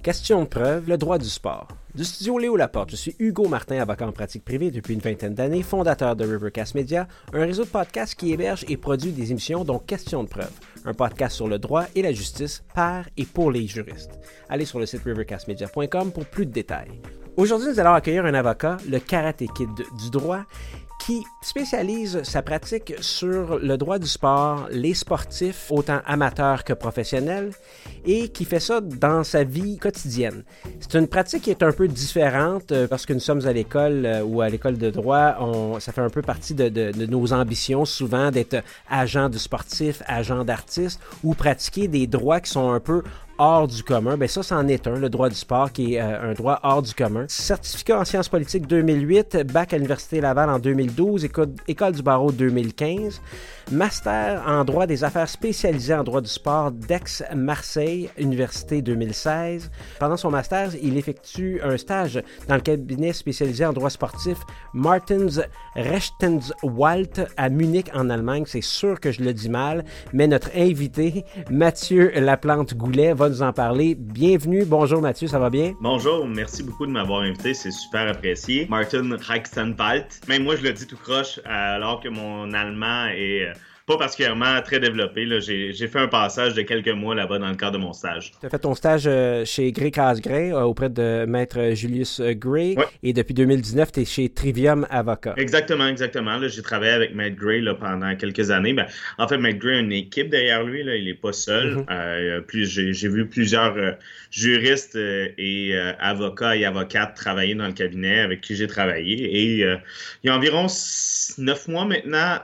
Question de preuve, le droit du sport. Du studio Léo Laporte, je suis Hugo Martin, avocat en pratique privée depuis une vingtaine d'années, fondateur de Rivercast Media, un réseau de podcasts qui héberge et produit des émissions dont Question de preuve, un podcast sur le droit et la justice par et pour les juristes. Allez sur le site rivercastmedia.com pour plus de détails. Aujourd'hui, nous allons accueillir un avocat, le Karate Kid du droit, qui spécialise sa pratique sur le droit du sport, les sportifs, autant amateurs que professionnels, et qui fait ça dans sa vie quotidienne. C'est une pratique qui est un peu différente parce que nous sommes à l'école ou à l'école de droit. Ça fait un peu partie de nos ambitions souvent d'être agent du sportif, agent d'artiste ou pratiquer des droits qui sont un peu hors du commun. Bien ça, c'en est un, le droit du sport, qui est un droit hors du commun. Certificat en sciences politiques 2008, bac à l'Université Laval en 2012, école du barreau 2015, master en droit des affaires spécialisé en droit du sport d'Aix-Marseille, Université 2016. Pendant son master, il effectue un stage dans le cabinet spécialisé en droit sportif Martins Rechtsanwalt à Munich en Allemagne. C'est sûr que je le dis mal, mais notre invité, Mathieu Laplante-Goulet, va nous en parler. Bienvenue. Bonjour Mathieu, ça va bien? Bonjour, merci beaucoup de m'avoir invité, c'est super apprécié. Martin Rechtsanwalt. Même moi, je le dis tout croche, alors que mon allemand est pas particulièrement très développé. Là. J'ai fait un passage de quelques mois là-bas dans le cadre de mon stage. Tu as fait ton stage chez Gray Casgrain auprès de Maître Julius Gray. Ouais. Et depuis 2019, tu es chez Trivium Avocat. Exactement. Là, j'ai travaillé avec Maître Gray là, pendant quelques années. Ben, en fait, Maître Gray a une équipe derrière lui. Là, il n'est pas seul. J'ai vu plusieurs juristes et avocats et avocates travailler dans le cabinet avec qui j'ai travaillé. Et il y a environ 9 mois maintenant,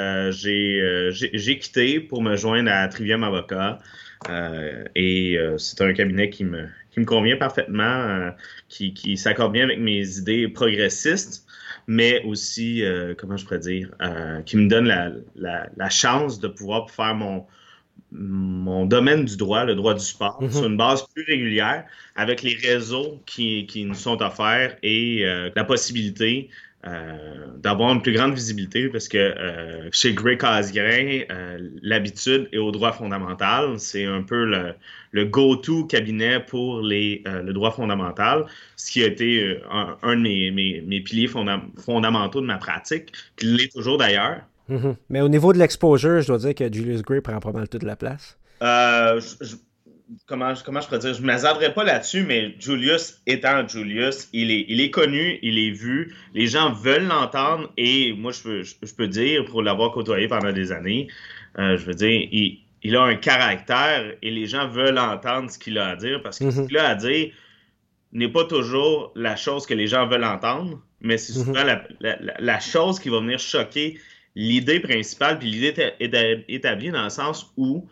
j'ai quitté pour me joindre à Trivium Avocat et c'est un cabinet qui me convient parfaitement, qui s'accorde bien avec mes idées progressistes, mais aussi, comment je pourrais dire, qui me donne la chance de pouvoir faire mon domaine du droit, le droit du sport, sur une base plus régulière, avec les réseaux qui nous sont offerts et la possibilité d'avoir une plus grande visibilité parce que chez Gray Casgrain, l'habitude est au droit fondamental. C'est un peu le go-to cabinet pour le droit fondamental, ce qui a été un de mes piliers fondamentaux de ma pratique, qui l'est toujours d'ailleurs. Mais au niveau de l'exposure, je dois dire que Julius Gray prend pas mal toute la place. Comment je pourrais dire, je ne m'hasarderais pas là-dessus, mais Julius étant Julius, il est connu, il est vu, les gens veulent l'entendre et moi, je peux dire, pour l'avoir côtoyé pendant des années, je veux dire, il a un caractère et les gens veulent entendre ce qu'il a à dire parce que ce qu'il a à dire n'est pas toujours la chose que les gens veulent entendre, mais c'est souvent la chose qui va venir choquer l'idée principale, puis l'idée établie dans le sens où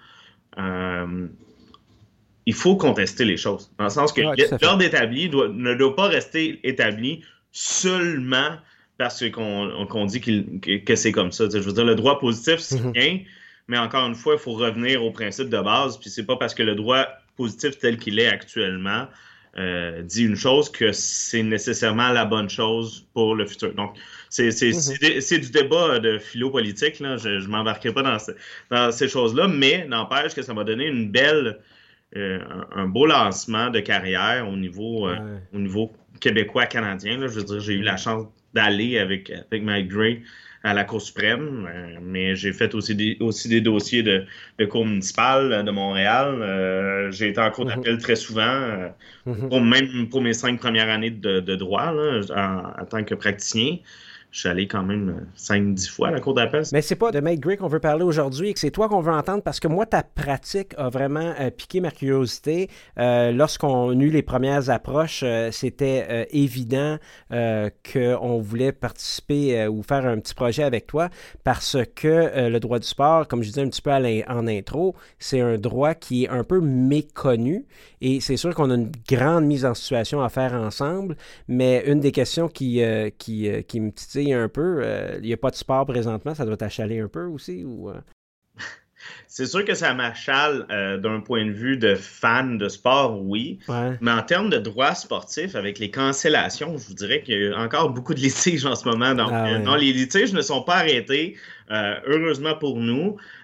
il faut contester les choses. Dans le sens que l'ordre établi ne doit pas rester établi seulement parce qu'on dit que c'est comme ça. Je veux dire, le droit positif, c'est bien, mais encore une fois, il faut revenir au principe de base. Puis c'est pas parce que le droit positif tel qu'il est actuellement dit une chose que c'est nécessairement la bonne chose pour le futur. Donc, c'est du débat de philo-politique. Là. Je ne m'embarquerai pas dans ces choses-là, mais n'empêche que ça m'a donné une belle... un beau lancement de carrière au niveau québécois-canadien. Je veux dire, j'ai eu la chance d'aller avec Mike Gray à la Cour suprême, mais j'ai fait aussi des dossiers de Cour municipale de Montréal. J'ai été en cour d'appel très souvent, même pour mes 5 premières années de droit là, en tant que praticien. Je suis allé quand même 5-10 fois à la cour d'appel. Mais c'est pas de Mike Gray qu'on veut parler aujourd'hui et que c'est toi qu'on veut entendre parce que moi, ta pratique a vraiment piqué ma curiosité. Lorsqu'on a eu les premières approches, c'était évident qu'on voulait participer ou faire un petit projet avec toi parce que le droit du sport, comme je disais un petit peu en intro, c'est un droit qui est un peu méconnu et c'est sûr qu'on a une grande mise en situation à faire ensemble, mais une des questions qui me titille un peu, il n'y a pas de sport présentement, ça doit t'achaler un peu aussi ou C'est sûr que ça m'achale d'un point de vue de fan de sport, oui. Ouais. Mais en termes de droit sportif, avec les cancellations, je vous dirais qu'il y a encore beaucoup de litiges en ce moment. Donc, non, les litiges ne sont pas arrêtés, heureusement pour nous.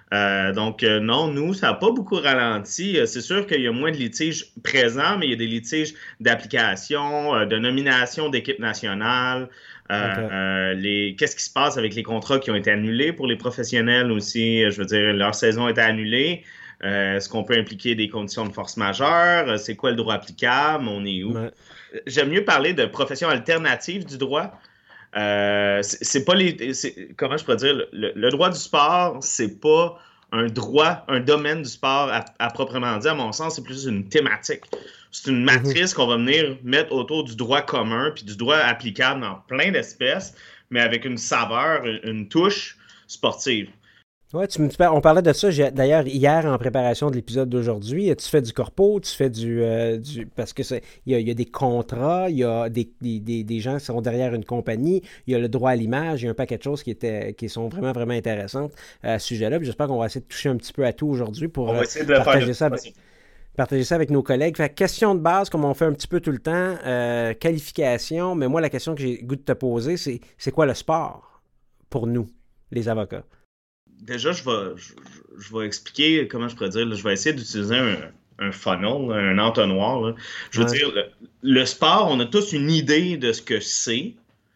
Donc, non, nous, ça n'a pas beaucoup ralenti. C'est sûr qu'il y a moins de litiges présents, mais il y a des litiges d'application, de nomination d'équipe nationale. OK. Qu'est-ce qui se passe avec les contrats qui ont été annulés pour les professionnels aussi? Je veux dire, leur saison a été annulée. Est-ce qu'on peut impliquer des conditions de force majeure? C'est quoi le droit applicable? On est où? Ouais. J'aime mieux parler de professions alternatives du droit. C'est pas comment je pourrais dire, le droit du sport, c'est pas un droit, un domaine du sport à proprement dit, à mon sens, c'est plus une thématique. C'est une matrice qu'on va venir mettre autour du droit commun puis du droit applicable dans plein d'espèces, mais avec une saveur, une touche sportive. Ouais, on parlait de ça d'ailleurs hier en préparation de l'épisode d'aujourd'hui. Tu fais du corpo, tu fais parce que il y a des contrats, il y a des gens qui sont derrière une compagnie, il y a le droit à l'image, il y a un paquet de choses qui sont vraiment, vraiment intéressantes à ce sujet-là. Puis j'espère qu'on va essayer de toucher un petit peu à tout aujourd'hui pour On va essayer de partager ça avec nos collègues. Fait, question de base, comme on fait un petit peu tout le temps, qualification, mais moi, la question que j'ai le goût de te poser, c'est quoi le sport pour nous, les avocats? Déjà, je vais expliquer comment je pourrais dire. Là, je vais essayer d'utiliser un funnel, un entonnoir. Là. Je veux dire, le sport, on a tous une idée de ce que c'est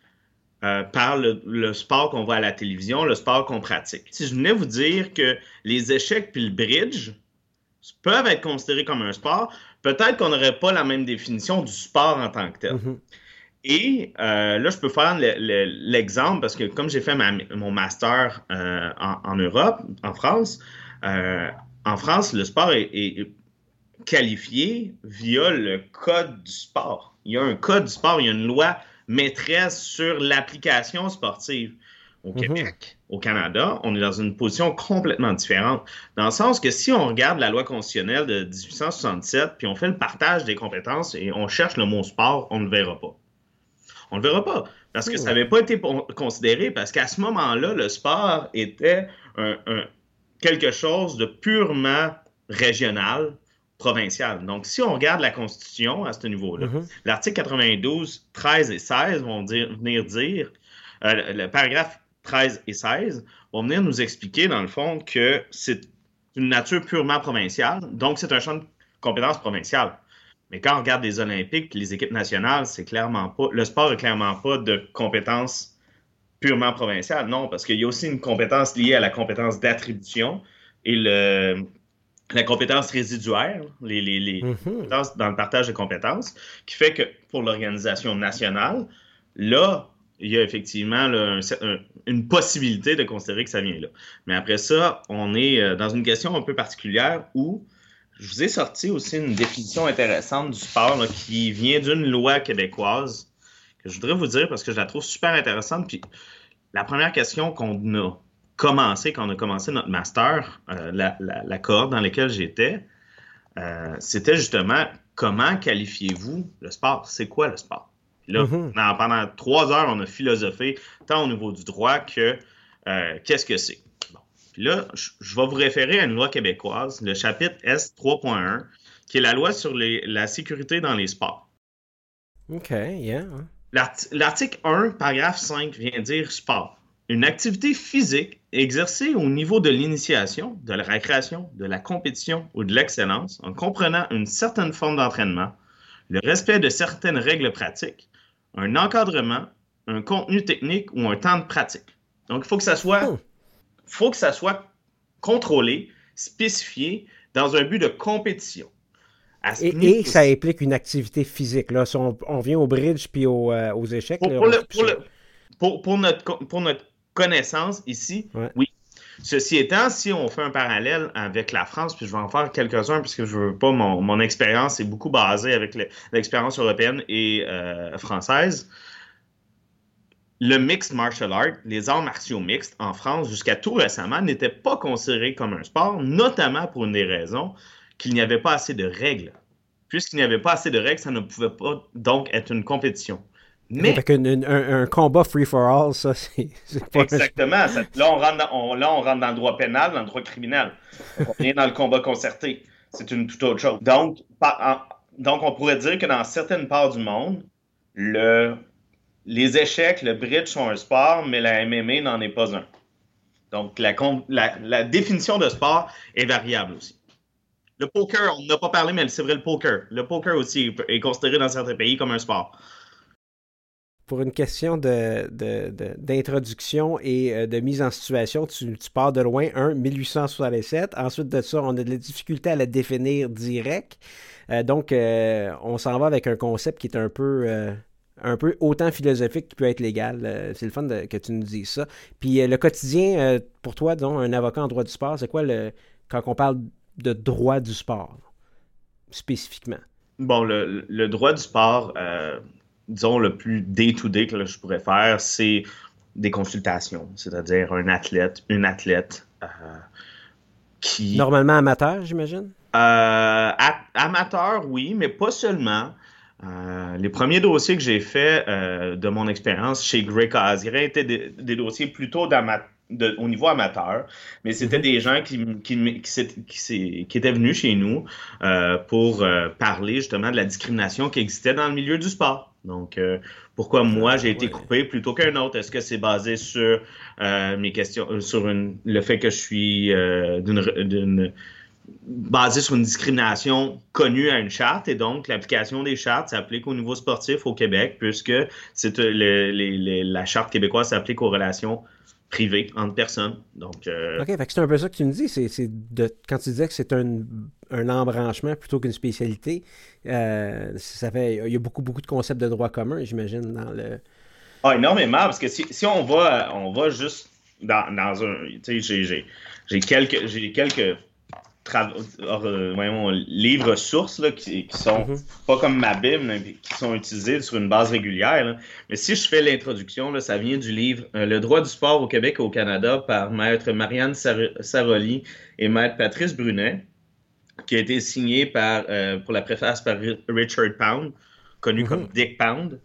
par le sport qu'on voit à la télévision, le sport qu'on pratique. Si je venais vous dire que les échecs puis le bridge peuvent être considérés comme un sport, peut-être qu'on n'aurait pas la même définition du sport en tant que tel. Mm-hmm. Et là, je peux faire l'exemple parce que comme j'ai fait mon master en Europe, en France, le sport est qualifié via le code du sport. Il y a un code du sport, il y a une loi maîtresse sur l'application sportive. Au Québec, au Canada, on est dans une position complètement différente. Dans le sens que si on regarde la loi constitutionnelle de 1867, puis on fait le partage des compétences et on cherche le mot sport, on ne le verra pas. On ne le verra pas, parce que ça n'avait pas été considéré, parce qu'à ce moment-là, le sport était quelque chose de purement régional, provincial. Donc, si on regarde la Constitution à ce niveau-là, l'article 92, 13 et 16 vont venir dire, le paragraphe 13 et 16 vont venir nous expliquer, dans le fond, que c'est une nature purement provinciale, donc c'est un champ de compétences provincial. Mais quand on regarde les Olympiques, les équipes nationales, c'est clairement pas, le sport n'est clairement pas de compétences purement provinciales. Non, parce qu'il y a aussi une compétence liée à la compétence d'attribution et la compétence résiduaire, les compétences dans le partage de compétences, qui fait que pour l'organisation nationale, là, il y a effectivement là, une possibilité de considérer que ça vient là. Mais après ça, on est dans une question un peu particulière où je vous ai sorti aussi une définition intéressante du sport là, qui vient d'une loi québécoise que je voudrais vous dire parce que je la trouve super intéressante. Puis la première question qu'on a commencé quand on a commencé notre master, la cohorte dans laquelle j'étais, c'était justement comment qualifiez-vous le sport? C'est quoi le sport? Là, pendant 3 heures, on a philosophé tant au niveau du droit que qu'est-ce que c'est? Puis là, je vais vous référer à une loi québécoise, le chapitre S 3.1, qui est la loi sur la sécurité dans les sports. OK, yeah. L'article 1, paragraphe 5, vient dire sport. Une activité physique exercée au niveau de l'initiation, de la récréation, de la compétition ou de l'excellence, en comprenant une certaine forme d'entraînement, le respect de certaines règles pratiques, un encadrement, un contenu technique ou un temps de pratique. Donc, il faut que ça soit contrôlé, spécifié, dans un but de compétition. Et ça implique une activité physique. Là. Si on vient au bridge puis aux échecs. Pour notre connaissance ici, oui. Ceci étant, si on fait un parallèle avec la France, puis je vais en faire quelques-uns, puisque je veux pas, mon expérience est beaucoup basée avec l'expérience européenne et française. Le mixed martial art, les arts martiaux mixtes en France, jusqu'à tout récemment, n'étaient pas considérés comme un sport, notamment pour une des raisons qu'il n'y avait pas assez de règles. Puisqu'il n'y avait pas assez de règles, ça ne pouvait pas donc être une compétition. Mais un combat free-for-all, ça, c'est pas... Exactement. Là, on rentre dans le droit pénal, dans le droit criminel. On vient dans le combat concerté. C'est une toute autre chose. Donc, on pourrait dire que dans certaines parts du monde, les échecs, le bridge sont un sport, mais la MMA n'en est pas un. Donc, la définition de sport est variable aussi. Le poker, on n'a pas parlé, mais c'est vrai, le poker. Le poker aussi est considéré dans certains pays comme un sport. Pour une question d'introduction et de mise en situation, tu pars de loin, 1867. Ensuite de ça, on a de la difficulté à la définir direct. Donc, on s'en va avec un concept qui est un peu autant philosophique qu'il peut être légal. C'est le fun que tu nous dises ça. Puis le quotidien, pour toi, donc, un avocat en droit du sport, c'est quoi quand on parle de droit du sport, spécifiquement? Bon, le droit du sport, disons, le plus day-to-day que je pourrais faire, c'est des consultations, c'est-à-dire une athlète qui... Normalement amateur, j'imagine? Amateur, oui, mais pas seulement. Les premiers dossiers que j'ai faits de mon expérience chez Grey Casier étaient des dossiers plutôt au niveau amateur, mais c'était des gens qui étaient venus chez nous pour parler justement de la discrimination qui existait dans le milieu du sport. Donc, pourquoi moi j'ai été coupé plutôt qu'un autre? Est-ce que c'est basé sur mes questions, sur le fait que je suis basé sur une discrimination connue à une charte, et donc l'application des chartes s'applique au niveau sportif au Québec, puisque c'est la charte québécoise s'applique aux relations privées entre personnes. Donc, OK, fait que c'est un peu ça que tu me dis. Quand tu disais que c'est un embranchement plutôt qu'une spécialité, il y a beaucoup de concepts de droit commun, j'imagine, dans le... Ah, énormément, parce que si on va juste dans un... Tu sais, j'ai quelques livres sources là, qui sont pas comme ma Bible, mais qui sont utilisés sur une base régulière. Là. Mais si je fais l'introduction, là, ça vient du livre Le droit du sport au Québec et au Canada par maître Marianne Saroli et maître Patrice Brunet, qui a été signé pour la préface par Richard Pound, connu comme Dick Pound.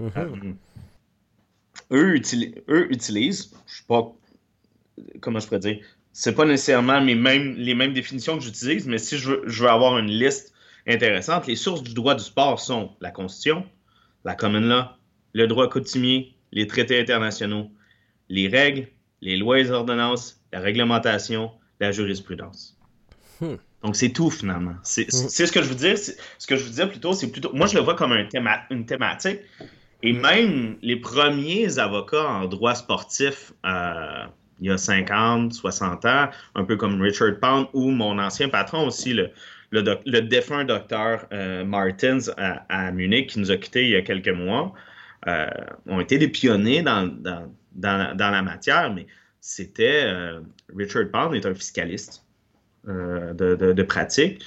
Eux utilisent, je sais pas comment je pourrais dire, c'est pas nécessairement les mêmes définitions que j'utilise, mais si je veux avoir une liste intéressante, les sources du droit du sport sont la Constitution, la Common Law, le droit coutumier, les traités internationaux, les règles, les lois et les ordonnances, la réglementation, la jurisprudence. Donc, c'est tout, finalement. C'est ce que je veux dire. Ce que je veux dire plutôt, c'est plutôt... Moi, je le vois comme une thématique. Et même les premiers avocats en droit sportif... il y a 50, 60 ans, un peu comme Richard Pound ou mon ancien patron aussi, le défunt docteur Martins à Munich, qui nous a quittés il y a quelques mois, ont été des pionniers dans la matière, mais Richard Pound est un fiscaliste de pratique.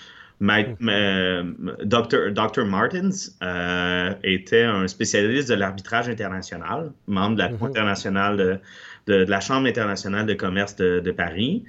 Dr. Martins était un spécialiste de l'arbitrage international, membre de la Cour internationale de la Chambre internationale de commerce de Paris.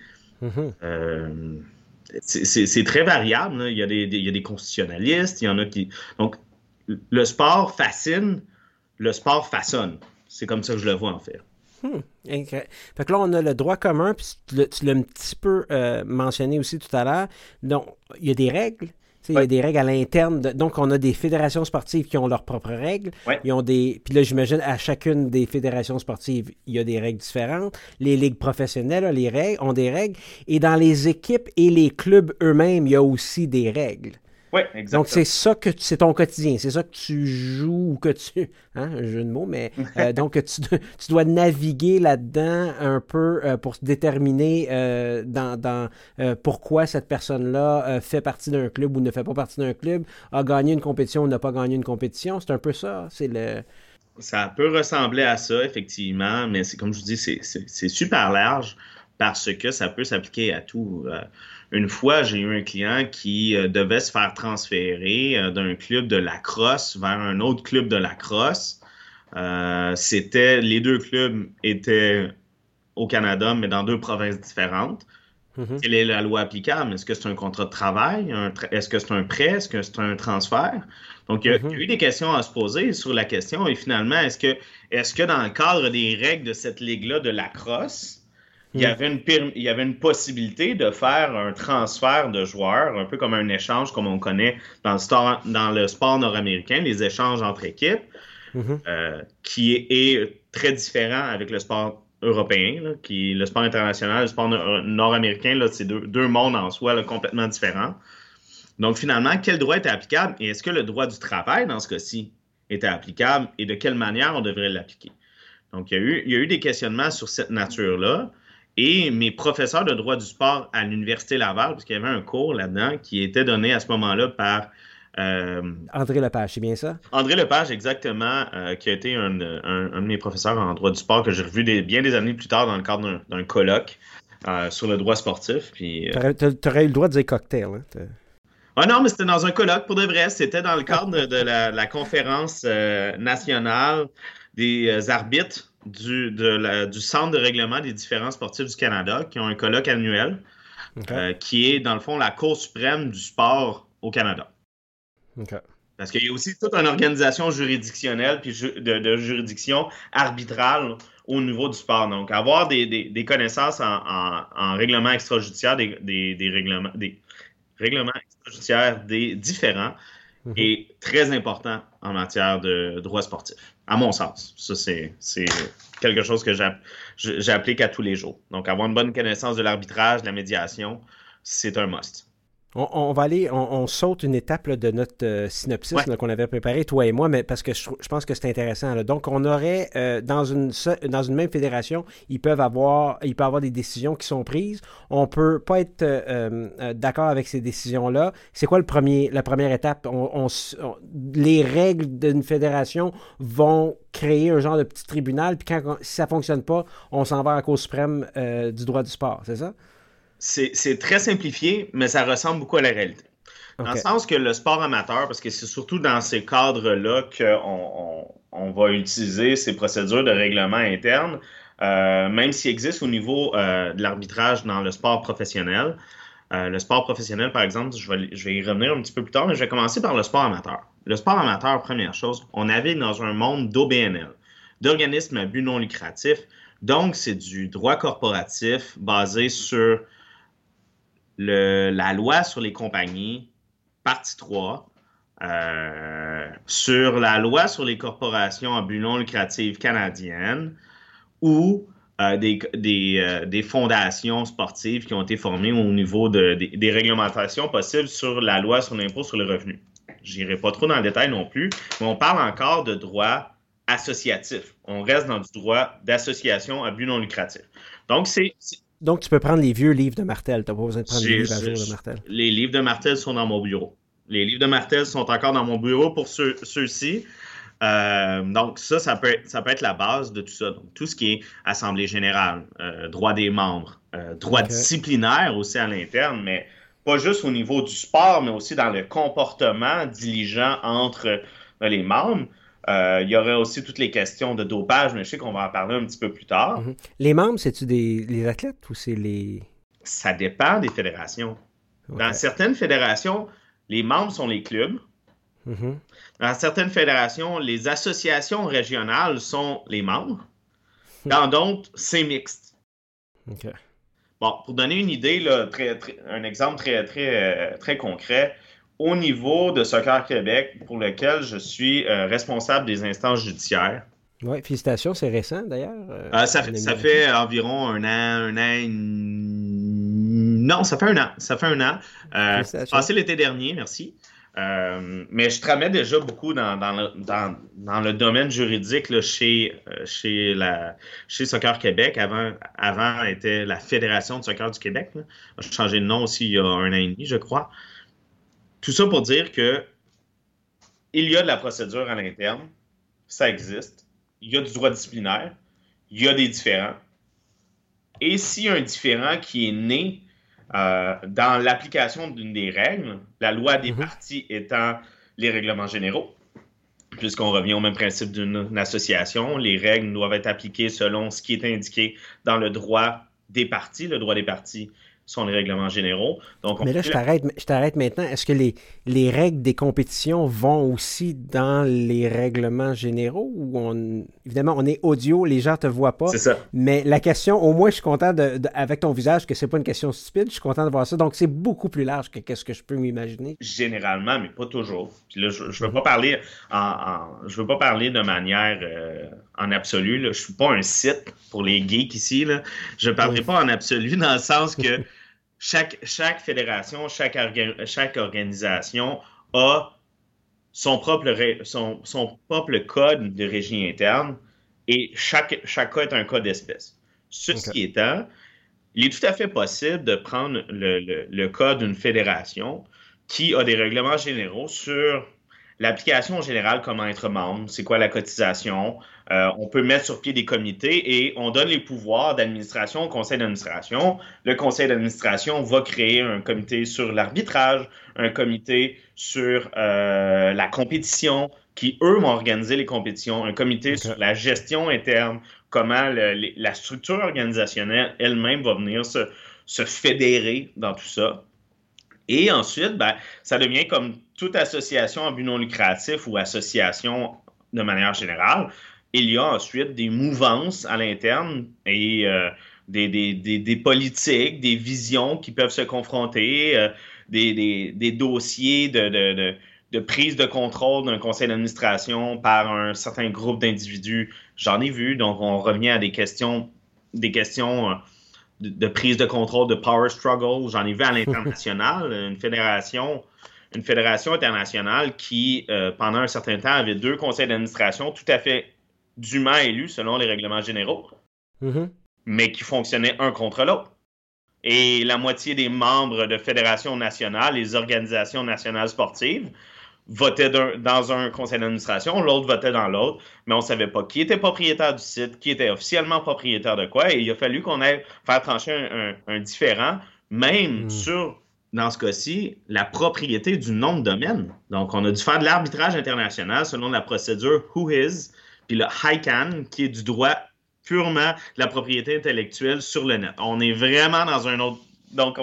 C'est très variable. Là. Il y a des constitutionnalistes, il y en a qui... Donc, le sport fascine, le sport façonne. C'est comme ça que je le vois, en fait. Fait que là, on a le droit commun, puis tu l'as un petit peu mentionné aussi tout à l'heure. Donc, il y a des règles. Il y a des règles à l'interne. Donc, on a des fédérations sportives qui ont leurs propres règles. Puis là, j'imagine, à chacune des fédérations sportives, il y a des règles différentes. Les ligues professionnelles ont des règles. Et dans les équipes et les clubs eux-mêmes, il y a aussi des règles. Oui, exactement. Donc, c'est ton quotidien. C'est ça que tu joues ou que tu... un jeu de mots, mais... donc, tu dois naviguer là-dedans un peu pour déterminer pourquoi cette personne-là fait partie d'un club ou ne fait pas partie d'un club, a gagné une compétition ou n'a pas gagné une compétition. C'est un peu ça. Ça peut ressembler à ça, effectivement, mais c'est comme je vous dis, c'est super large parce que ça peut s'appliquer à tout. Une fois, j'ai eu un client qui devait se faire transférer d'un club de lacrosse vers un autre club de lacrosse. Les deux clubs étaient au Canada, mais dans deux provinces différentes. Quelle est la loi applicable? Est-ce que c'est un contrat de travail? Est-ce que c'est un prêt? Est-ce que c'est un transfert? Donc, il y a eu des questions à se poser sur la question. Et finalement, est-ce que dans le cadre des règles de cette ligue-là de lacrosse, il y avait une possibilité de faire un transfert de joueurs, un peu comme un échange comme on connaît dans le sport nord-américain, les échanges entre équipes, qui est très différent avec le sport européen, là, qui le sport international, le sport nord-américain, là, c'est deux mondes en soi là, complètement différents. Donc, finalement, quel droit était applicable et est-ce que le droit du travail, dans ce cas-ci, était applicable et de quelle manière on devrait l'appliquer? Donc, il y a eu des questionnements sur cette nature-là et mes professeurs de droit du sport à l'Université Laval, parce qu'il y avait un cours là-dedans qui était donné à ce moment-là par... André Lepage, c'est bien ça? André Lepage, exactement, qui a été un de mes professeurs en droit du sport que j'ai revu bien des années plus tard dans le cadre d'un colloque sur le droit sportif. Puis, t'aurais eu le droit de dire cocktail. Hein? Ah non, mais c'était dans un colloque, pour de vrai. C'était dans le cadre de la conférence nationale des arbitres du Centre de règlement des différents sportifs du Canada, qui ont un colloque annuel, qui est, dans le fond, la Cour suprême du sport au Canada. Okay. Parce qu'il y a aussi toute une organisation juridictionnelle puis de juridiction arbitrale au niveau du sport. Donc, avoir des connaissances en règlement extrajudiciaire, des règlements extrajudiciaires différents est très important en matière de droit sportif, à mon sens. Ça, c'est quelque chose que j'applique à tous les jours. Donc, avoir une bonne connaissance de l'arbitrage, de la médiation, c'est un must. On va aller, on saute une étape là, de notre synopsis qu'on avait préparé, toi et moi, mais parce que je pense que c'est intéressant. Là. Donc, on aurait, dans une même fédération, il peut y avoir des décisions qui sont prises. On peut pas être d'accord avec ces décisions-là. C'est quoi la première étape? Les règles d'une fédération vont créer un genre de petit tribunal, puis si ça fonctionne pas, on s'en va à la Cour suprême du droit du sport, c'est ça? C'est très simplifié, mais ça ressemble beaucoup à la réalité. Dans le sens que le sport amateur, parce que c'est surtout dans ces cadres-là qu'on va utiliser ces procédures de règlement interne, même s'il existe au niveau de l'arbitrage dans le sport professionnel. Le sport professionnel, par exemple, je vais y revenir un petit peu plus tard, mais je vais commencer par le sport amateur. Le sport amateur, première chose, on navigue dans un monde d'OBNL, d'organismes à but non lucratif. Donc, c'est du droit corporatif basé sur la loi sur les compagnies, partie 3, sur la loi sur les corporations à but non lucratif canadiennes ou des fondations sportives qui ont été formées au niveau des réglementations possibles sur la loi sur l'impôt sur le revenu. Je n'irai pas trop dans le détail non plus, mais on parle encore de droit associatif. On reste dans du droit d'association à but non lucratif. Donc, tu peux prendre les vieux livres de Martel. Tu n'as pas besoin de prendre les livres à jour de Martel. Les livres de Martel sont dans mon bureau. Les livres de Martel sont encore dans mon bureau pour ceux-ci. Donc, ça peut être la base de tout ça. Donc, tout ce qui est assemblée générale, droit des membres, droit disciplinaire aussi à l'interne, mais pas juste au niveau du sport, mais aussi dans le comportement diligent entre les membres. Il y aurait aussi toutes les questions de dopage, mais je sais qu'on va en parler un petit peu plus tard. Mm-hmm. Les membres, c'est-tu les athlètes ou c'est les... Ça dépend des fédérations. Dans certaines fédérations, les membres sont les clubs. Mm-hmm. Dans certaines fédérations, les associations régionales sont les membres. Dans d'autres, c'est mixte. Okay. Bon, pour donner une idée, là, un exemple très concret, au niveau de Soccer Québec, pour lequel je suis responsable des instances judiciaires. Oui, félicitations, c'est récent d'ailleurs. Ça fait environ un an et... Non, ça fait un an. C'est passé l'été dernier, merci. Mais je travaillais déjà beaucoup dans le domaine juridique là, chez Soccer Québec. Avant, était la Fédération de soccer du Québec. Là. J'ai changé de nom aussi il y a un an et demi, je crois. Tout ça pour dire que il y a de la procédure à l'interne, ça existe. Il y a du droit disciplinaire, il y a des différends. Et s'il y a un différend qui est né dans l'application d'une des règles, la loi des parties étant les règlements généraux, puisqu'on revient au même principe d'une association, les règles doivent être appliquées selon ce qui est indiqué dans le droit des parties. Le droit des parties sont les règlements généraux. Donc, mais là, je t'arrête maintenant. Est-ce que les règles des compétitions vont aussi dans les règlements généraux ou évidemment, on est audio, les gens ne te voient pas. C'est ça. Mais la question, au moins, je suis content avec ton visage que c'est pas une question stupide. Je suis content de voir ça. Donc, c'est beaucoup plus large que qu'est-ce que je peux m'imaginer. Généralement, mais pas toujours. Puis là, je veux pas parler je veux pas parler de manière en absolu. Là. Je ne suis pas un site pour les geeks ici. Là. Je ne parlerai pas en absolu dans le sens que chaque fédération, chaque organisation a son propre code de régie interne et chaque cas est un cas d'espèce. Ceci étant, il est tout à fait possible de prendre le cas d'une fédération qui a des règlements généraux sur l'application générale, comment être membre, c'est quoi la cotisation. On peut mettre sur pied des comités et on donne les pouvoirs d'administration au conseil d'administration. Le conseil d'administration va créer un comité sur l'arbitrage, un comité sur la compétition, qui, eux, vont organiser les compétitions, un comité sur la gestion interne, comment la structure organisationnelle elle-même va venir se fédérer dans tout ça. Et ensuite, ça devient comme toute association à but non lucratif ou association de manière générale. Il y a ensuite des mouvances à l'interne et des politiques, des visions qui peuvent se confronter, des dossiers de prise de contrôle d'un conseil d'administration par un certain groupe d'individus. J'en ai vu, donc on revient à des questions de prise de contrôle, de power struggle. J'en ai vu à l'international, une fédération internationale qui, pendant un certain temps, avait 2 conseils d'administration tout à fait dûment élus selon les règlements généraux, mais qui fonctionnaient un contre l'autre. Et la moitié des membres de fédérations nationales, les organisations nationales sportives, votaient dans un conseil d'administration, l'autre votait dans l'autre, mais on ne savait pas qui était propriétaire du site, qui était officiellement propriétaire de quoi, et il a fallu qu'on aille faire trancher un différend, même sur, dans ce cas-ci, la propriété du nom de domaine. Donc, on a dû faire de l'arbitrage international selon la procédure WHOIS, puis le HICAN, qui est du droit purement de la propriété intellectuelle sur le net. On est vraiment dans un autre... Donc,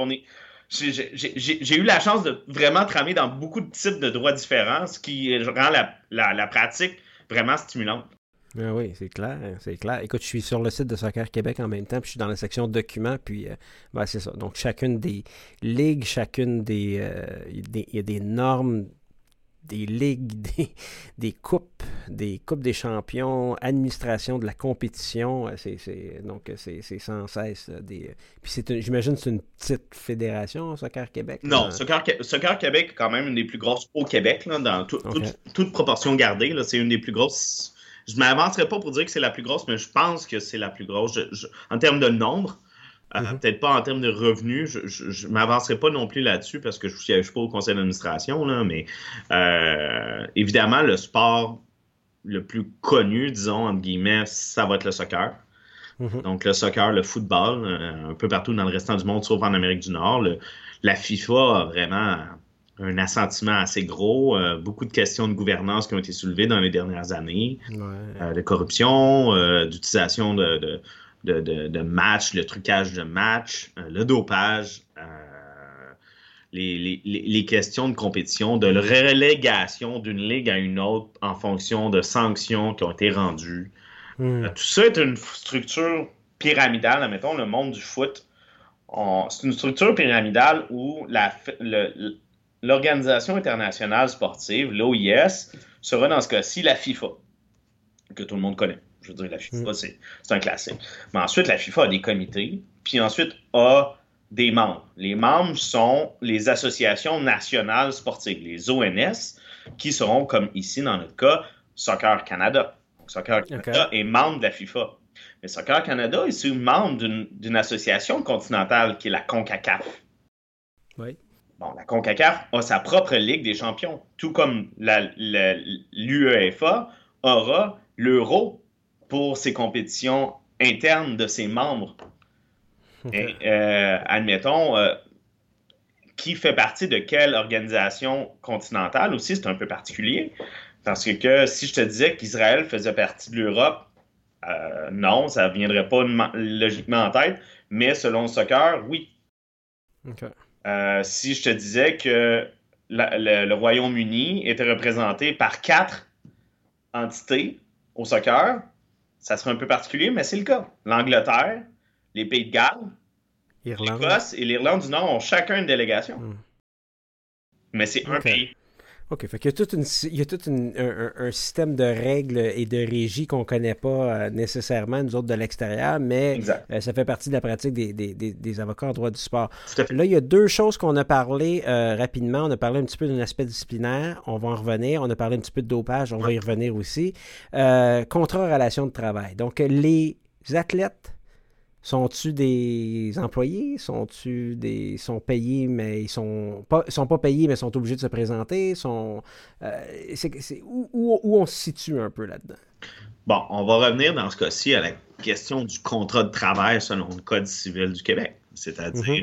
j'ai eu la chance de vraiment tramer dans beaucoup de types de droits différents, ce qui rend la pratique vraiment stimulante. Ah oui, c'est clair, c'est clair. Écoute, je suis sur le site de Soccer Québec en même temps, puis je suis dans la section documents, puis c'est ça. Donc, chacune des ligues, il y a des normes, des ligues, des coupes des champions, administration de la compétition, donc c'est sans cesse puis j'imagine que c'est une petite fédération, Soccer Québec? Non, Soccer Québec est quand même une des plus grosses au Québec, là, dans toute proportion gardée. Là, c'est une des plus grosses. Je ne m'avancerai pas pour dire que c'est la plus grosse, mais je pense que c'est la plus grosse. En termes de nombre, peut-être pas en termes de revenus, je ne m'avancerai pas non plus là-dessus parce que je ne siège pas au conseil d'administration, là, mais évidemment, le sport le plus connu, disons, entre guillemets, ça va être le soccer. Donc, le soccer, le football, un peu partout dans le restant du monde, sauf en Amérique du Nord. La FIFA a vraiment un assentiment assez gros. Beaucoup de questions de gouvernance qui ont été soulevées dans les dernières années. De corruption, d'utilisation de matchs, le trucage de matchs, le dopage, les questions de compétition, de relégation d'une ligue à une autre en fonction de sanctions qui ont été rendues. Tout ça est une structure pyramidale. Admettons, le monde du foot, c'est une structure pyramidale où l'Organisation internationale sportive, l'OIS, sera dans ce cas-ci la FIFA, que tout le monde connaît. Je veux dire, la FIFA, c'est un classique. Mais ensuite, la FIFA a des comités, puis ensuite a des membres. Les membres sont les associations nationales sportives, les ONS, qui seront, comme ici dans notre cas, Soccer Canada. Donc, Soccer Canada est membre de la FIFA. Mais Soccer Canada est aussi membre d'une association continentale qui est la CONCACAF. Oui. Bon, la CONCACAF a sa propre Ligue des champions, tout comme l'UEFA aura l'Euro pour ses compétitions internes de ses membres. Et, admettons, qui fait partie de quelle organisation continentale aussi, c'est un peu particulier. Parce que si je te disais qu'Israël faisait partie de l'Europe, non, ça ne viendrait pas logiquement en tête, mais selon le soccer, oui. Si je te disais que le Royaume-Uni était représenté par 4 entités au soccer, ça serait un peu particulier, mais c'est le cas. L'Angleterre, les Pays de Galles, l'Écosse et l'Irlande du Nord ont chacun une délégation. Mais c'est un pays. OK, fait qu'il y a un système de règles et de régies qu'on ne connaît pas nécessairement, nous autres, de l'extérieur, mais Exact. ça fait partie de la pratique des avocats en droit du sport. Tout à fait. Là, il y a deux choses qu'on a parlé rapidement. On a parlé un petit peu d'un aspect disciplinaire, on va en revenir. On a parlé un petit peu de dopage, on va y revenir aussi. Contrat-relation de travail. Donc, les athlètes, sont-tu des employés? Sont payés, mais ils sont pas payés, mais sont obligés de se présenter? Où on se situe un peu là-dedans? Bon, on va revenir dans ce cas-ci à la question du contrat de travail selon le Code civil du Québec. Mhm. C'est-à-dire,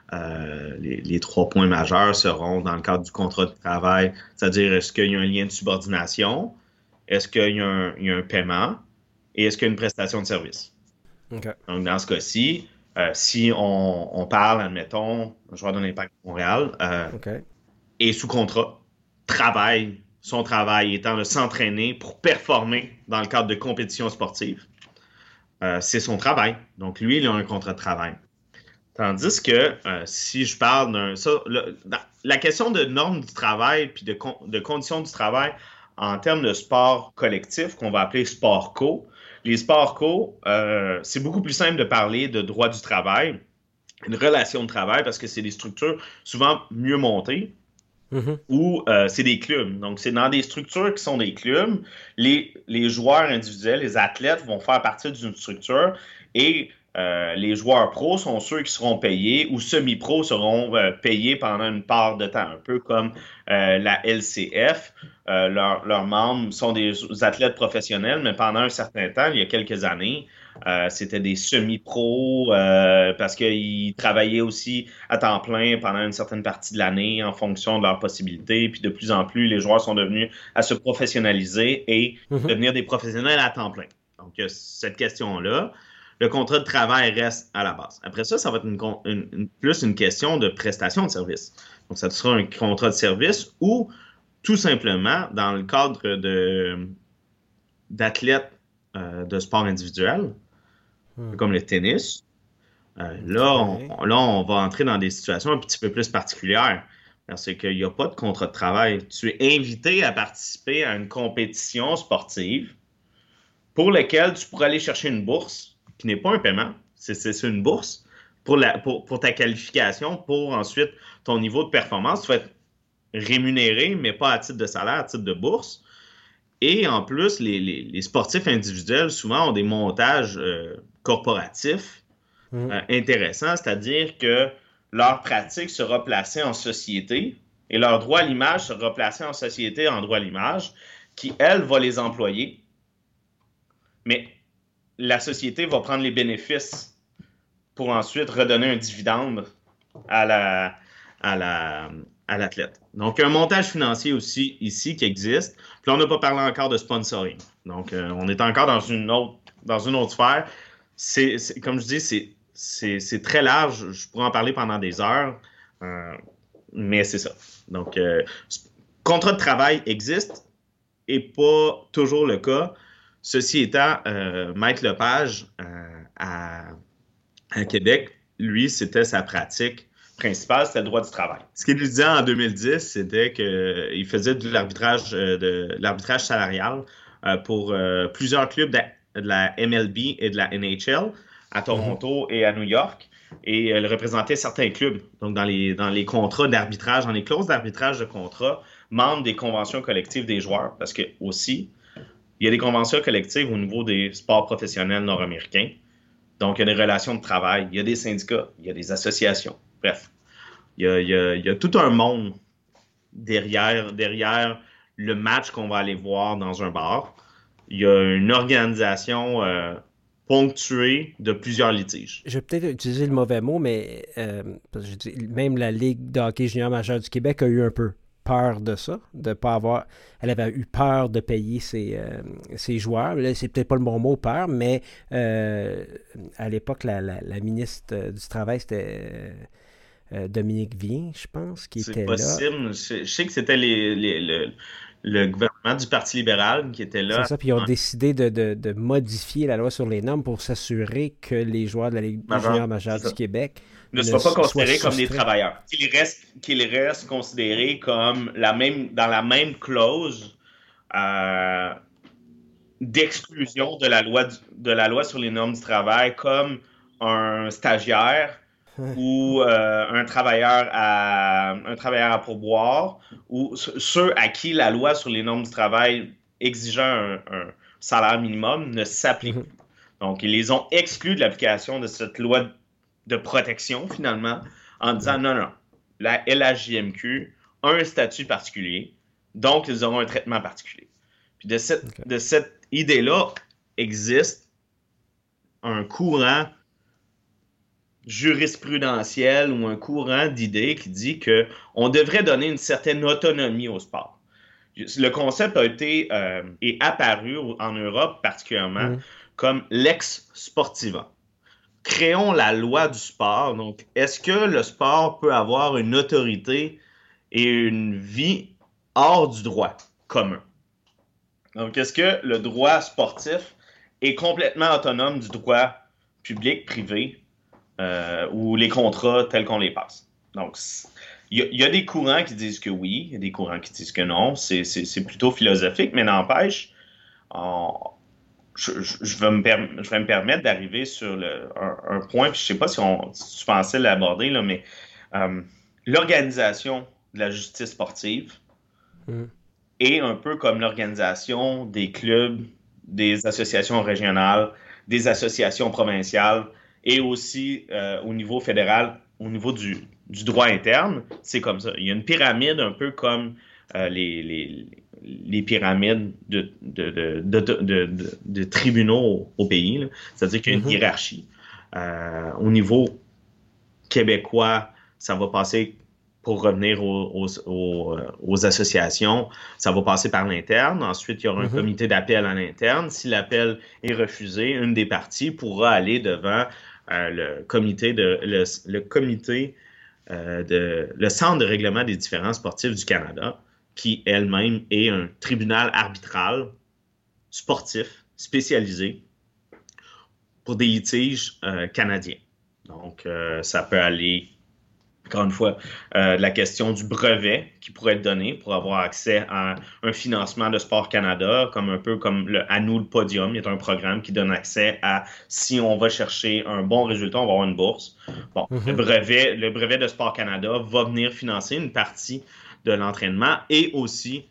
les trois points majeurs seront dans le cadre du contrat de travail, c'est-à-dire est-ce qu'il y a un lien de subordination, est-ce qu'il y a un paiement et est-ce qu'il y a une prestation de service. OK. Donc, dans ce cas-ci, si on parle, admettons, un joueur de l'Impact de Montréal OK. est sous contrat, son travail étant de s'entraîner pour performer dans le cadre de compétitions sportives, c'est son travail. Donc, lui, il a un contrat de travail. Tandis que si je parle la question de normes du travail puis de conditions du travail en termes de sport collectif qu'on va appeler sport co, les sports co, c'est beaucoup plus simple de parler de droit du travail, une relation de travail parce que c'est des structures souvent mieux montées Mhm. ou c'est des clubs. Donc, c'est dans des structures qui sont des clubs. Les joueurs individuels, les athlètes vont faire partie d'une structure et les joueurs pros sont ceux qui seront payés ou semi-pros seront payés pendant une part de temps, un peu comme la LCF. Leurs membres sont des athlètes professionnels, mais pendant un certain temps, il y a quelques années, c'était des semi-pros parce qu'ils travaillaient aussi à temps plein pendant une certaine partie de l'année en fonction de leurs possibilités. Puis de plus en plus, les joueurs sont devenus à se professionnaliser et Mhm. devenir des professionnels à temps plein. Donc, cette question-là, le contrat de travail reste à la base. Après ça, ça va être plus une question de prestation de service. Donc, ça sera un contrat de service ou tout simplement, dans le cadre d'athlètes de sport individuel, Mhm. comme le tennis, OK. là, on va entrer dans des situations un petit peu plus particulières. Parce qu'il n'y a pas de contrat de travail. Tu es invité à participer à une compétition sportive pour laquelle tu pourras aller chercher une bourse, qui n'est pas un paiement, c'est une bourse pour ta qualification, pour ensuite ton niveau de performance. Tu vas être rémunéré, mais pas à titre de salaire, à titre de bourse. Et en plus, les sportifs individuels, souvent, ont des montages corporatifs Mhm. intéressants, c'est-à-dire que leur pratique sera placée en société et leur droit à l'image sera placé en société en droit à l'image, qui, elle, va les employer, mais la société va prendre les bénéfices pour ensuite redonner un dividende à la, à la, à l'athlète. Donc, un montage financier aussi ici qui existe. Puis là, on n'a pas parlé encore de sponsoring. Donc, on est encore dans une autre sphère. Comme je dis, c'est très large. Je pourrais en parler pendant des heures, euh, mais c'est ça. Donc, contrat de travail existe et pas toujours le cas. Ceci étant, Maître Lepage à Québec, lui, c'était sa pratique principale, c'était le droit du travail. Ce qu'il nous disait en 2010, c'était qu'il faisait de l'arbitrage salarial pour plusieurs clubs de la MLB et de la NHL à Mhm. Toronto et à New York. Et il représentait certains clubs. Donc, dans les contrats d'arbitrage, dans les clauses d'arbitrage de contrat, membres des conventions collectives des joueurs. Parce que aussi, il y a des conventions collectives au niveau des sports professionnels nord-américains. Donc, il y a des relations de travail, il y a des syndicats, il y a des associations. Bref, il y a tout un monde derrière le match qu'on va aller voir dans un bar. Il y a une organisation ponctuée de plusieurs litiges. Je vais peut-être utiliser le mauvais mot, mais parce que même la Ligue de hockey junior majeur du Québec a eu un peu peur de ça, de pas avoir. Elle avait eu peur de payer ses joueurs. Là, c'est peut-être pas le bon mot, peur, mais à l'époque, la ministre du Travail, c'était Dominique Vien, je pense, qui C'est était là. possible. Je sais que c'était le gouvernement du Parti libéral qui était là. C'est ça, puis ils ont décidé de modifier la loi sur les normes pour s'assurer que les joueurs de la Ligue junior majeure du Québec ne soient pas considérés soient comme des travailleurs. Qu'ils restent considérés comme dans la même clause d'exclusion de la loi sur les normes du travail comme un stagiaire ou un travailleur à pourboire, ou ceux à qui la loi sur les normes du travail exigeant un salaire minimum ne s'applique plus. Donc, ils les ont exclus de l'application de cette loi de protection, finalement, en disant non, la LHJMQ a un statut particulier, donc ils auront un traitement particulier. Puis de cette idée-là existe un courant jurisprudentiel ou un courant d'idées qui dit qu'on devrait donner une certaine autonomie au sport. Le concept a été est apparu en Europe particulièrement comme l'ex sportiva. Créons la loi du sport. Donc, est-ce que le sport peut avoir une autorité et une vie hors du droit commun? Donc, est-ce que le droit sportif est complètement autonome du droit public, privé, ou les contrats tels qu'on les passe? Donc, il y a des courants qui disent que oui, il y a des courants qui disent que non. C'est plutôt philosophique, mais n'empêche, je vais me permettre d'arriver sur un point, puis je ne sais pas si tu pensais l'aborder, là, mais l'organisation de la justice sportive est un peu comme l'organisation des clubs, des associations régionales, des associations provinciales et aussi au niveau fédéral, au niveau du droit interne, c'est comme ça. Il y a une pyramide un peu comme les pyramides de tribunaux au pays. Là. C'est-à-dire qu'il y a une hiérarchie. Au niveau québécois, ça va passer, pour revenir aux associations, ça va passer par l'interne. Ensuite, il y aura un comité d'appel à l'interne. Si l'appel est refusé, une des parties pourra aller devant le Centre de règlement des différends sportifs du Canada, qui elle-même est un tribunal arbitral sportif spécialisé pour des litiges canadiens. Donc, ça peut aller, encore une fois, la question du brevet qui pourrait être donné pour avoir accès à un financement de Sport Canada, un peu comme À nous le podium. Il y a un programme qui donne accès à, si on va chercher un bon résultat, on va avoir une bourse. Bon, le brevet de Sport Canada va venir financer une partie de l'entraînement et aussi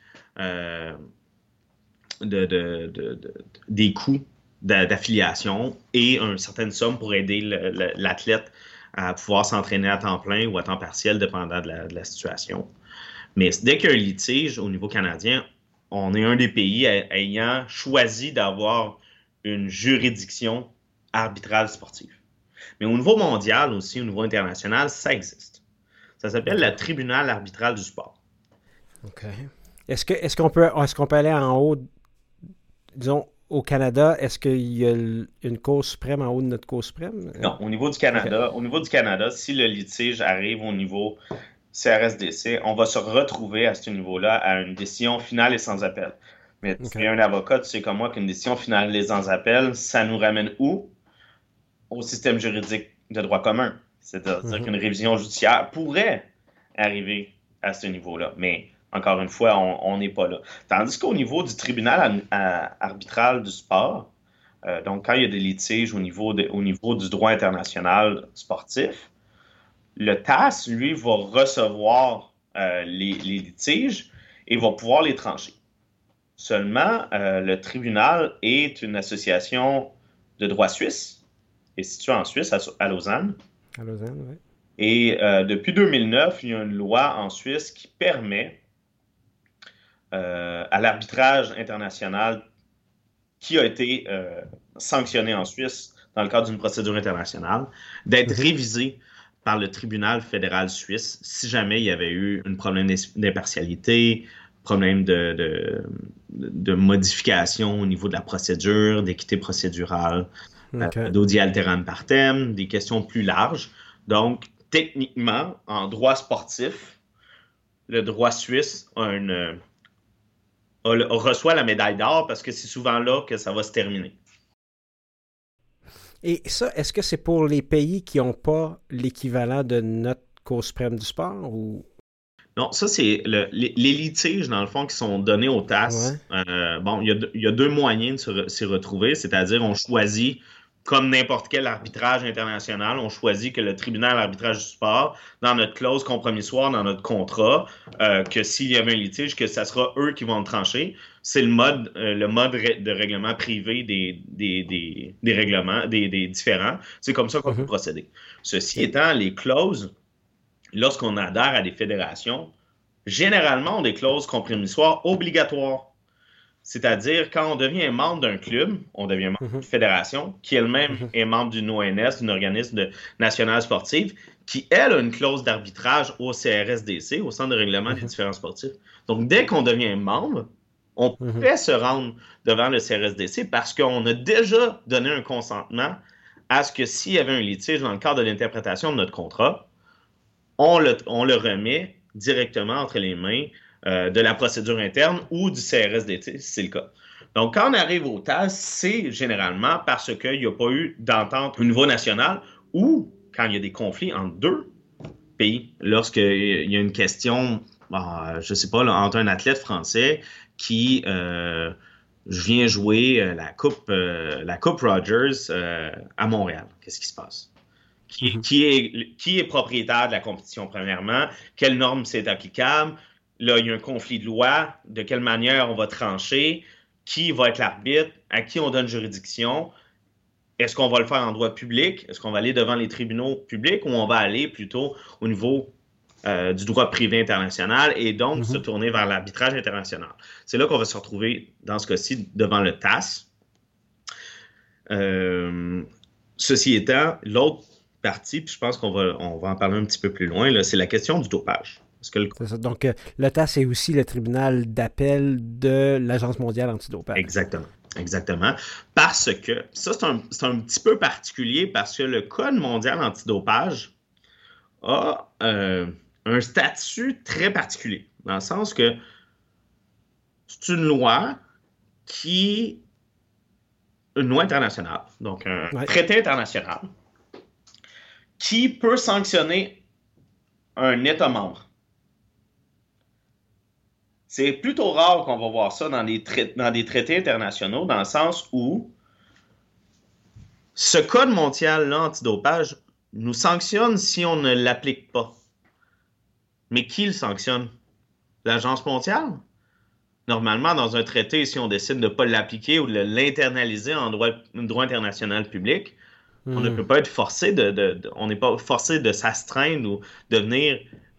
des coûts d'affiliation et une certaine somme pour aider l'athlète à pouvoir s'entraîner à temps plein ou à temps partiel, dépendant de la situation. Mais dès qu'il y a un litige au niveau canadien, on est un des pays ayant choisi d'avoir une juridiction arbitrale sportive. Mais au niveau mondial aussi, au niveau international, ça existe. Ça s'appelle le tribunal arbitral du sport. OK. Est-ce qu'on peut aller en haut, disons, au Canada, est-ce qu'il y a une Cour suprême en haut de notre Cour suprême? Non, au niveau du Canada, si le litige arrive au niveau CRSDC, on va se retrouver à ce niveau-là à une décision finale et sans appel. Mais tu es un avocat, tu sais comme moi qu'une décision finale et sans appel, ça nous ramène où? Au système juridique de droit commun. C'est-à-dire qu'une révision judiciaire pourrait arriver à ce niveau-là. Mais encore une fois, on n'est pas là. Tandis qu'au niveau du tribunal arbitral du sport, donc quand il y a des litiges au niveau du droit international sportif, le TAS, lui, va recevoir les litiges et va pouvoir les trancher. Seulement, le tribunal est une association de droit suisse, est située en Suisse, à Lausanne. À Lausanne, oui. Et depuis 2009, il y a une loi en Suisse qui permet à l'arbitrage international qui a été sanctionné en Suisse dans le cadre d'une procédure internationale, d'être révisé par le tribunal fédéral suisse si jamais il y avait eu un problème d'impartialité, problème de modification au niveau de la procédure, d'équité procédurale, d'audi alteram partem, des questions plus larges. Donc, techniquement, en droit sportif, le droit suisse a reçoit la médaille d'or parce que c'est souvent là que ça va se terminer. Et ça, est-ce que c'est pour les pays qui n'ont pas l'équivalent de notre Cour suprême du sport ou... Non, ça, c'est les litiges, dans le fond, qui sont donnés au TAS. Ouais. Bon, il y a deux moyens de s'y retrouver, c'est-à-dire on choisit, comme n'importe quel arbitrage international, on choisit que le tribunal d'arbitrage du sport, dans notre clause compromissoire, dans notre contrat, que s'il y avait un litige, que ça sera eux qui vont le trancher. C'est le mode de règlement privé des règlements, des différents. C'est comme ça qu'on peut procéder. Ceci étant, les clauses, lorsqu'on adhère à des fédérations, généralement, ont des clauses compromissoires obligatoires. C'est-à-dire, quand on devient membre d'un club, on devient membre d'une fédération, qui elle-même est membre d'une ONS, d'un organisme national sportif, qui, elle, a une clause d'arbitrage au CRSDC, au Centre de règlement des différents sportifs. Donc, dès qu'on devient membre, on peut se rendre devant le CRSDC parce qu'on a déjà donné un consentement à ce que s'il y avait un litige dans le cadre de l'interprétation de notre contrat, on le remet directement entre les mains de la procédure interne ou du CRSDT, si c'est le cas. Donc, quand on arrive au TAS, c'est généralement parce qu'il n'y a pas eu d'entente au niveau national ou quand il y a des conflits entre deux pays. Lorsqu'il y a une question, je ne sais pas, là, entre un athlète français qui vient jouer la Coupe Rogers à Montréal. Qu'est-ce qui se passe? Qui est propriétaire de la compétition, premièrement? Quelle norme c'est applicable? Là, il y a un conflit de loi. De quelle manière on va trancher? Qui va être l'arbitre? À qui on donne juridiction? Est-ce qu'on va le faire en droit public? Est-ce qu'on va aller devant les tribunaux publics ou on va aller plutôt au niveau du droit privé international et donc se tourner vers l'arbitrage international? C'est là qu'on va se retrouver, dans ce cas-ci, devant le TAS. Ceci étant, l'autre partie, puis je pense qu'on va en parler un petit peu plus loin, là, c'est la question du dopage. C'est ça. Donc, le TAS est aussi le tribunal d'appel de l'Agence mondiale antidopage. Exactement. Parce que, ça, c'est un petit peu particulier parce que le Code mondial antidopage a un statut très particulier, dans le sens que c'est une loi une loi internationale, donc un traité international, qui peut sanctionner un État membre. C'est plutôt rare qu'on va voir ça dans des traités internationaux, dans le sens où ce Code mondial antidopage nous sanctionne si on ne l'applique pas. Mais qui le sanctionne? L'Agence mondiale? Normalement, dans un traité, si on décide de ne pas l'appliquer ou de l'internaliser en droit international public, on ne peut pas être forcé on n'est pas forcé de s'astreindre ou de venir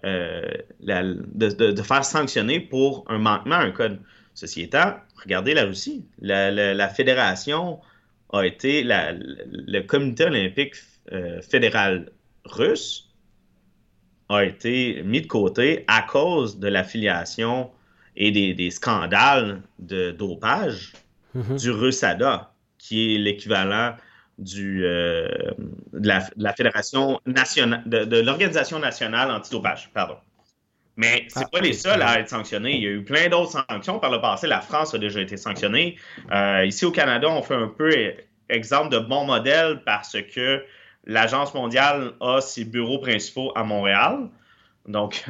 de faire sanctionner pour un manquement à un code. Ceci étant, regardez la Russie. La fédération a été le comité olympique fédéral russe a été mis de côté à cause de l'affiliation et des scandales de dopage du RUSADA, qui est l'équivalent de la Fédération nationale, de l'Organisation nationale antidopage, pardon. Mais c'est pas les seuls à être sanctionnés. Il y a eu plein d'autres sanctions. Par le passé, la France a déjà été sanctionnée. Ici au Canada, on fait un peu exemple de bon modèle parce que l'Agence mondiale a ses bureaux principaux à Montréal. Donc,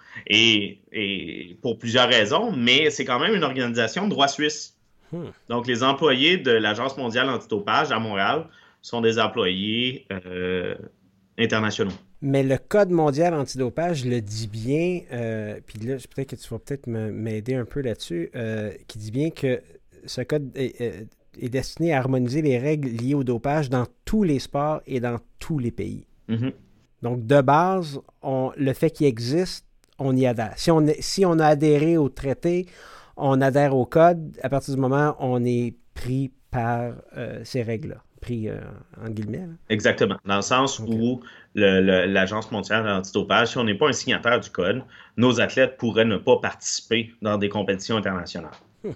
et pour plusieurs raisons, mais c'est quand même une organisation de droit suisse. Donc, les employés de l'Agence mondiale antidopage à Montréal sont des employés internationaux. Mais le Code mondial antidopage le dit bien, puis là, peut-être que tu vas peut-être m'aider un peu là-dessus, qui dit bien que ce code est destiné à harmoniser les règles liées au dopage dans tous les sports et dans tous les pays. Donc, de base, le fait qu'il existe, on y adhère. Si on a adhéré au traité, on adhère au code, à partir du moment où on est pris par ces règles-là. Pris en guillemets. Là. Exactement. Dans le sens où l'Agence mondiale antidopage, si on n'est pas un signataire du code, nos athlètes pourraient ne pas participer dans des compétitions internationales.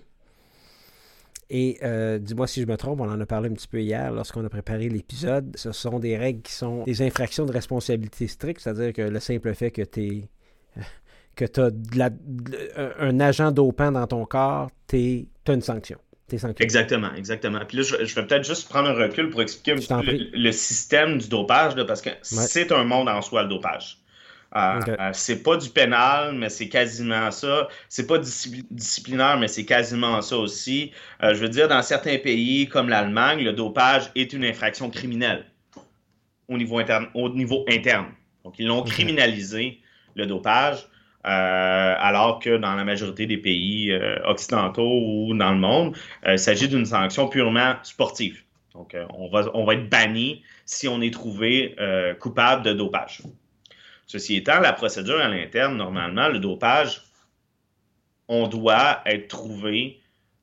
Et dis-moi si je me trompe, on en a parlé un petit peu hier lorsqu'on a préparé l'épisode. Ce sont des règles qui sont des infractions de responsabilité stricte, c'est-à-dire que le simple fait que que tu as un agent dopant dans ton corps, tu as une sanction. T'es sanctionné. Exactement. Puis là, je vais peut-être juste prendre un recul pour expliquer un petit peu le système du dopage, là, parce que c'est un monde en soi, le dopage. C'est pas du pénal, mais c'est quasiment ça. C'est pas disciplinaire, mais c'est quasiment ça aussi. Je veux dire, dans certains pays, comme l'Allemagne, le dopage est une infraction criminelle au niveau interne. Donc, ils l'ont criminalisé, le dopage. Alors que dans la majorité des pays occidentaux ou dans le monde, il s'agit d'une sanction purement sportive. Donc, on va être banni si on est trouvé coupable de dopage. Ceci étant, la procédure à l'interne, normalement, le dopage, on doit être trouvé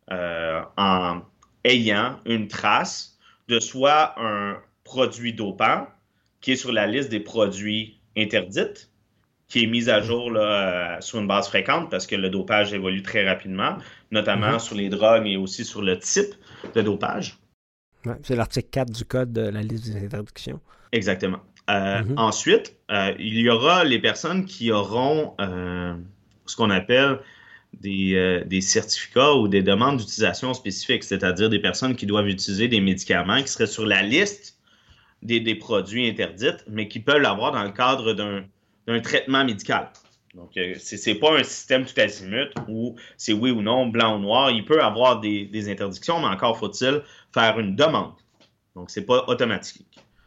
en ayant une trace de soit un produit dopant qui est sur la liste des produits interdits, qui est mise à jour là, sur une base fréquente parce que le dopage évolue très rapidement, notamment sur les drogues et aussi sur le type de dopage. Ouais, c'est l'article 4 du Code de la liste des interdictions. Exactement. Ensuite, il y aura les personnes qui auront ce qu'on appelle des certificats ou des demandes d'utilisation spécifiques, c'est-à-dire des personnes qui doivent utiliser des médicaments qui seraient sur la liste des produits interdits, mais qui peuvent l'avoir dans le cadre d'un traitement médical. Donc, c'est pas un système tout azimut où c'est oui ou non, blanc ou noir. Il peut y avoir des interdictions, mais encore faut-il faire une demande. Donc, c'est pas automatique.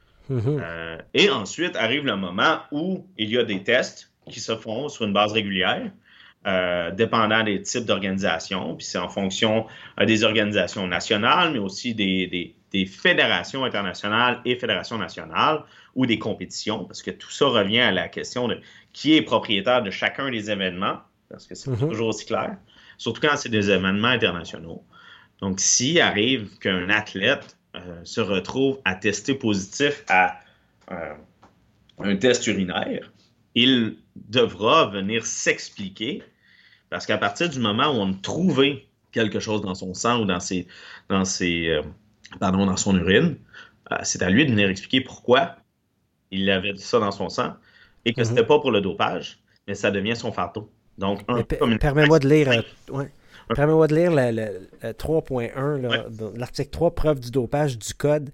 Et ensuite arrive le moment où il y a des tests qui se font sur une base régulière, dépendant des types d'organisations. Puis c'est en fonction des organisations nationales, mais aussi des fédérations internationales et fédérations nationales ou des compétitions, parce que tout ça revient à la question de qui est propriétaire de chacun des événements, parce que c'est pas toujours aussi clair, surtout quand c'est des événements internationaux. Donc, s'il arrive qu'un athlète se retrouve à tester positif à un test urinaire, il devra venir s'expliquer, parce qu'à partir du moment où on a trouvé quelque chose dans son sang ou dans son urine, c'est à lui de venir expliquer pourquoi il avait ça dans son sang et que c'était pas pour le dopage, mais ça devient son fardeau. Donc, permets-moi de lire... Permets-moi de lire le 3.1, l'article 3, preuve du dopage du Code,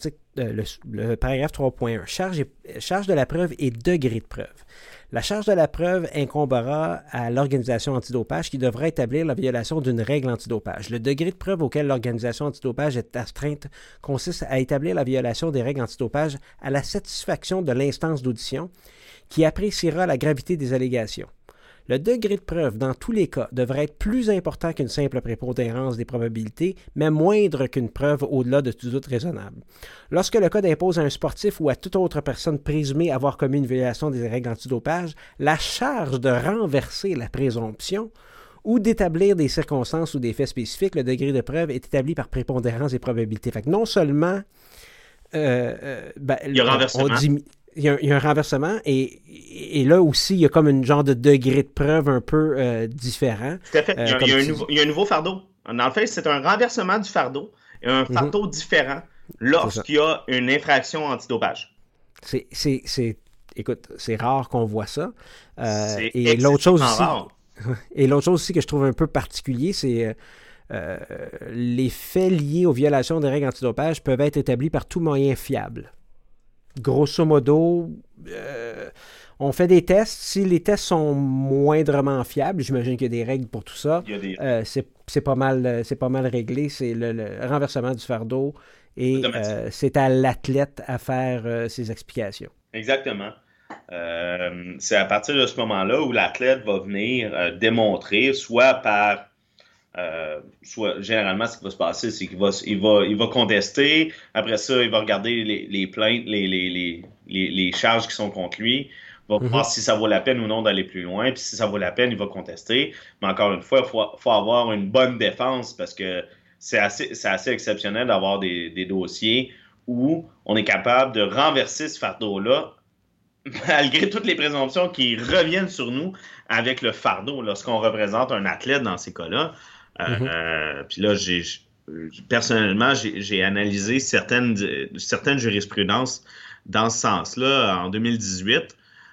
le paragraphe 3.1. Charge de la preuve et degré de preuve. La charge de la preuve incombera à l'organisation antidopage qui devra établir la violation d'une règle antidopage. Le degré de preuve auquel l'organisation antidopage est astreinte consiste à établir la violation des règles antidopage à la satisfaction de l'instance d'audition qui appréciera la gravité des allégations. Le degré de preuve, dans tous les cas, devrait être plus important qu'une simple prépondérance des probabilités, mais moindre qu'une preuve au-delà de tout doute raisonnable. Lorsque le Code impose à un sportif ou à toute autre personne présumée avoir commis une violation des règles antidopage, la charge de renverser la présomption ou d'établir des circonstances ou des faits spécifiques, le degré de preuve est établi par prépondérance des probabilités. Fait que non seulement il y a renversement. Il y a un renversement et là aussi, il y a comme une genre de degré de preuve un peu différent. Tout à fait. Il y a un nouveau fardeau. Dans le fait, c'est un renversement du fardeau et un fardeau différent lorsqu'il y a une infraction antidopage. Écoute, c'est rare qu'on voit ça. Et l'autre chose aussi, rare. Et l'autre chose aussi que je trouve un peu particulier, c'est les faits liés aux violations des règles antidopage peuvent être établis par tout moyen fiable. Grosso modo, on fait des tests. Si les tests sont moindrement fiables, j'imagine qu'il y a des règles pour tout ça. C'est pas mal réglé. C'est le renversement du fardeau et c'est à l'athlète à faire ses explications. Exactement. C'est à partir de ce moment-là où l'athlète va venir démontrer, soit généralement, ce qui va se passer, c'est qu'il va contester. Après ça, il va regarder les plaintes, les charges qui sont contre lui. Il va voir si ça vaut la peine ou non d'aller plus loin. Puis si ça vaut la peine, il va contester. Mais encore une fois, il faut avoir une bonne défense parce que c'est assez exceptionnel d'avoir des dossiers où on est capable de renverser ce fardeau-là malgré toutes les présomptions qui reviennent sur nous avec le fardeau lorsqu'on représente un athlète dans ces cas-là. Puis là, personnellement, j'ai analysé certaines jurisprudences dans ce sens-là en 2018.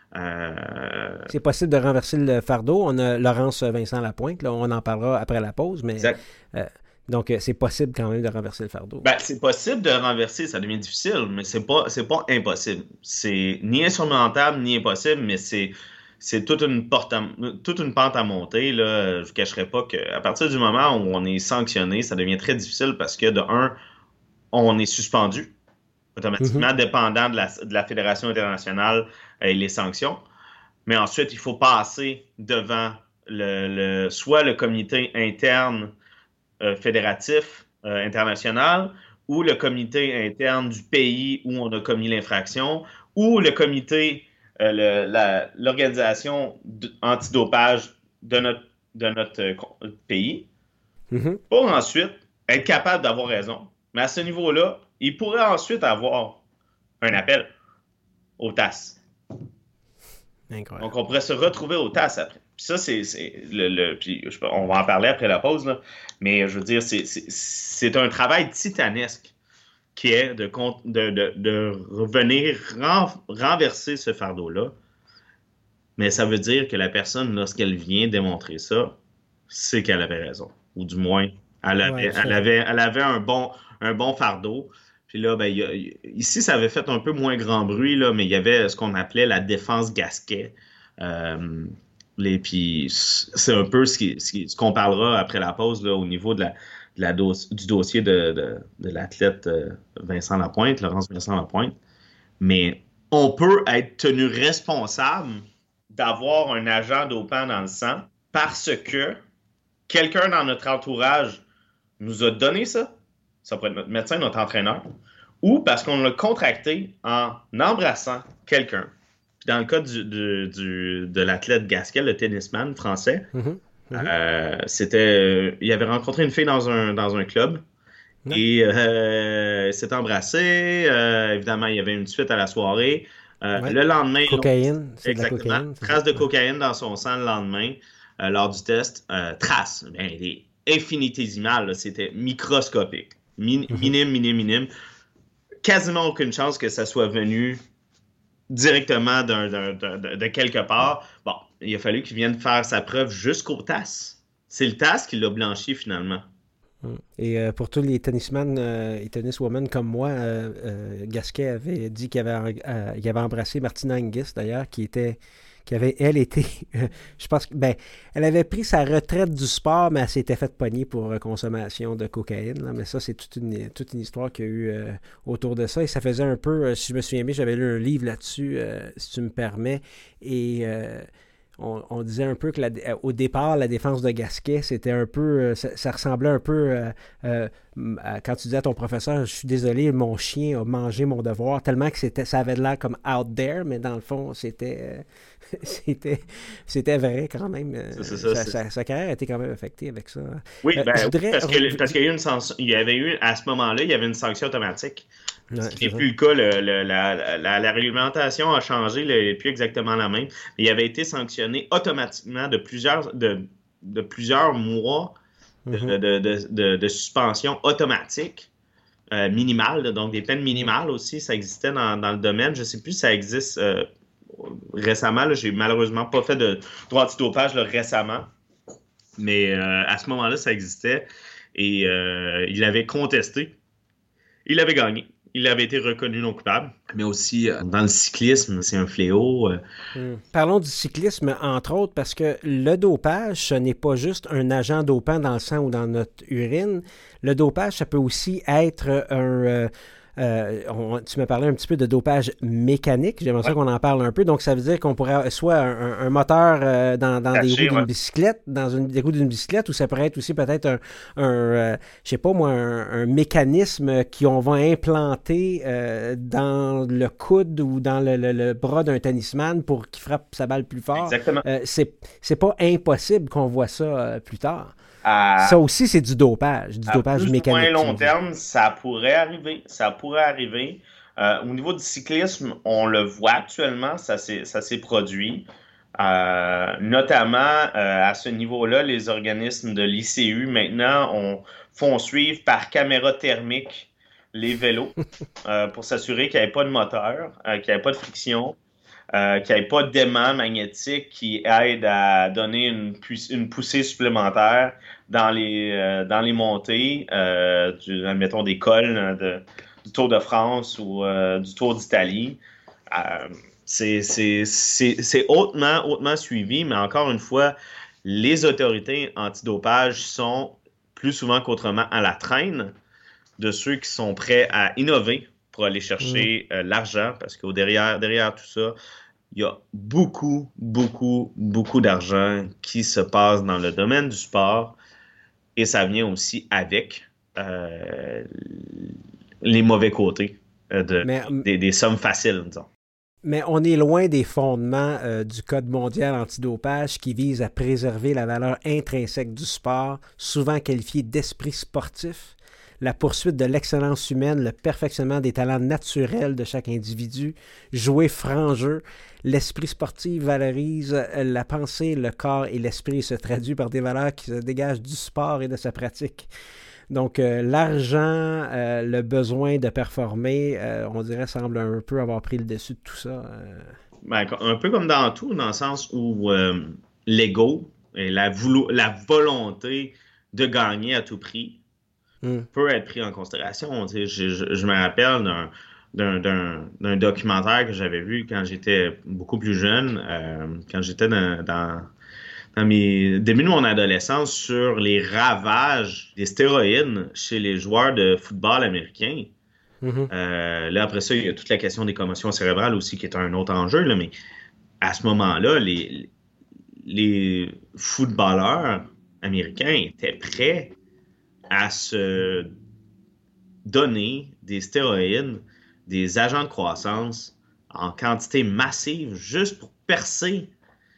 C'est possible de renverser le fardeau. On a Laurence Vincent Lapointe, là, on en parlera après la pause, mais donc c'est possible quand même de renverser le fardeau. Ben, c'est possible de renverser, ça devient difficile, mais c'est pas impossible. C'est ni insurmontable ni impossible, mais c'est toute une pente à monter. Là. Je ne vous cacherai pas qu'à partir du moment où on est sanctionné, ça devient très difficile parce que, de un, on est suspendu automatiquement, dépendant de la Fédération internationale et les sanctions. Mais ensuite, il faut passer devant soit le comité interne fédératif international ou le comité interne du pays où on a commis l'infraction ou le comité, l'organisation antidopage de notre pays pour ensuite être capable d'avoir raison. Mais à ce niveau-là, il pourrait ensuite avoir un appel au TAS. Incroyable. Donc, on pourrait se retrouver au TAS après. Puis ça, puis on va en parler après la pause, là. Mais je veux dire, c'est un travail titanesque qui est de revenir renverser ce fardeau-là. Mais ça veut dire que la personne, lorsqu'elle vient démontrer ça, c'est qu'elle avait raison. Ou du moins, elle avait un bon fardeau. Puis là, ben, ici, ça avait fait un peu moins grand bruit, là, mais il y avait ce qu'on appelait la défense Gasquet. Puis c'est un peu ce qu'on parlera après la pause là, au niveau du dossier de l'athlète Laurence Vincent Lapointe. Mais on peut être tenu responsable d'avoir un agent dopant dans le sang parce que quelqu'un dans notre entourage nous a donné ça. Ça pourrait être notre médecin, notre entraîneur, ou parce qu'on l'a contracté en embrassant quelqu'un. Puis dans le cas de l'athlète Gasquet, le tennisman français, il avait rencontré une fille dans un club et s'est embrassé. Évidemment, il y avait une suite à la soirée. Le lendemain, cocaïne, c'est exactement, de la cocaïne. Trace de cocaïne dans son sang le lendemain lors du test. Trace, infinitésimale, c'était microscopique. Minime. Quasiment aucune chance que ça soit venu directement de quelque part. Bon, il a fallu qu'il vienne faire sa preuve jusqu'au TAS. C'est le TAS qui l'a blanchi finalement. Et pour tous les tennisman et tenniswomen comme moi, Gasquet avait dit qu'il avait embrassé Martina Hingis d'ailleurs, elle était, je pense que, elle avait pris sa retraite du sport, mais elle s'était faite pogner pour consommation de cocaïne. Là. Mais ça, c'est toute une histoire qu'il y a eu autour de ça. Et ça faisait un peu, si je me souviens bien, j'avais lu un livre là-dessus, si tu me permets. Et on disait un peu que au départ, la défense de Gasquet, c'était un peu, ça ressemblait un peu quand tu disais à ton professeur, je suis désolé, mon chien a mangé mon devoir, tellement que ça avait l'air comme out there, mais dans le fond, c'était vrai quand même. Sa carrière a été quand même affectée avec ça. Oui, parce qu'il y avait eu, à ce moment-là, il y avait une sanction automatique. Ce qui n'est plus le cas. La réglementation a changé, elle n'est plus exactement la même. Mais il avait été sanctionné automatiquement de plusieurs mois de suspension automatique minimale. Donc, des peines minimales aussi, ça existait dans le domaine. Je ne sais plus si ça existe récemment. J'ai malheureusement pas fait de droit antidopage récemment. Mais à ce moment-là, ça existait. Et il avait contesté. Il avait gagné. Il avait été reconnu non coupable. Mais aussi, dans le cyclisme, c'est un fléau. Parlons du cyclisme, entre autres, parce que le dopage, ce n'est pas juste un agent dopant dans le sang ou dans notre urine. Le dopage, ça peut aussi être un... tu m'as parlé un petit peu de dopage mécanique. J'aimerais ça qu'on en parle un peu. Donc, ça veut dire qu'on pourrait soit un moteur dans des roues d'une bicyclette, des roues d'une bicyclette, ou ça pourrait être aussi peut-être je sais pas moi, un mécanisme qu'on va implanter dans le coude ou dans le bras d'un tennisman pour qu'il frappe sa balle plus fort. Exactement. C'est pas impossible qu'on voit ça plus tard. Ça aussi, c'est du dopage mécanique. À plus ou moins long terme, ça pourrait arriver. Au niveau du cyclisme, on le voit actuellement, ça s'est produit. Notamment, à ce niveau-là, les organismes de l'ICU, maintenant, font suivre par caméra thermique les vélos pour s'assurer qu'il n'y ait pas de moteur, qu'il n'y ait pas de friction. qu'il n'y ait pas d'aimant magnétique qui aide à donner une poussée supplémentaire dans les montées, admettons des cols du Tour de France ou du Tour d'Italie. C'est hautement suivi, mais encore une fois, les autorités antidopage sont plus souvent qu'autrement à la traîne de ceux qui sont prêts à innover pour aller chercher l'argent, parce que derrière tout ça, il y a beaucoup, beaucoup, beaucoup d'argent qui se passe dans le domaine du sport, et ça vient aussi avec les mauvais côtés des sommes faciles, disons. Mais on est loin des fondements du Code mondial antidopage qui vise à préserver la valeur intrinsèque du sport, souvent qualifié d'esprit sportif, la poursuite de l'excellence humaine, le perfectionnement des talents naturels de chaque individu, jouer franc jeu. L'esprit sportif valorise la pensée, le corps et l'esprit, se traduit par des valeurs qui se dégagent du sport et de sa pratique. Donc, l'argent, le besoin de performer, on dirait, semble un peu avoir pris le dessus de tout ça. Ben, un peu comme dans tout, dans le sens où l'ego et la volonté de gagner à tout prix peut être pris en considération. Je me rappelle d'un documentaire que j'avais vu quand j'étais beaucoup plus jeune, quand j'étais dans mes débuts de mon adolescence, sur les ravages des stéroïdes chez les joueurs de football américains. Là, après ça, il y a toute la question des commotions cérébrales aussi, qui est un autre enjeu, là, mais à ce moment-là, les footballeurs américains étaient prêts à se donner des stéroïdes, des agents de croissance en quantité massive, juste pour percer,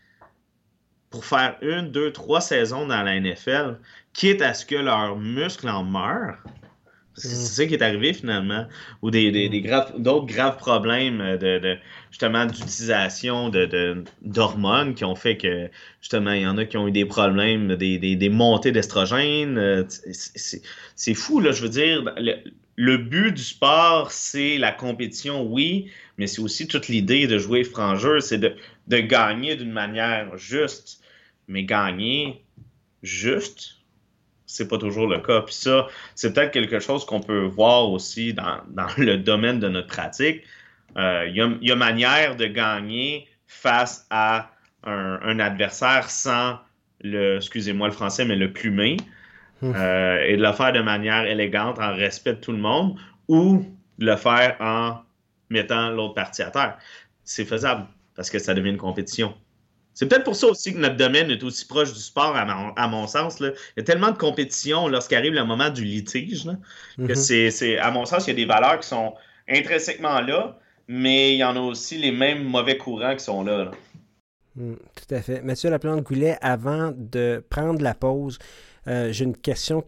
pour faire 1, 2, 3 saisons dans la NFL, quitte à ce que leurs muscles en meurent. C'est ça qui est arrivé finalement. Ou d'autres graves problèmes justement d'utilisation d'hormones qui ont fait que justement il y en a qui ont eu des problèmes, des montées d'estrogène. C'est fou, là, je veux dire. Le but du sport, c'est la compétition, oui, mais c'est aussi toute l'idée de jouer franc jeu, c'est de gagner d'une manière juste. Mais gagner juste, c'est pas toujours le cas. Puis ça, c'est peut-être quelque chose qu'on peut voir aussi dans le domaine de notre pratique. Il y a manière de gagner face à un adversaire sans excusez-moi le français, mais le plumer, et de le faire de manière élégante, en respect de tout le monde, ou de le faire en mettant l'autre partie à terre. C'est faisable, parce que ça devient une compétition. C'est peut-être pour ça aussi que notre domaine est aussi proche du sport, à mon sens. Là. Il y a tellement de compétition lorsqu'arrive le moment du litige, là, que à mon sens, il y a des valeurs qui sont intrinsèquement là, mais il y en a aussi les mêmes mauvais courants qui sont là. Tout à fait. Mathieu Laplante-Goulet, avant de prendre la pause, j'ai une question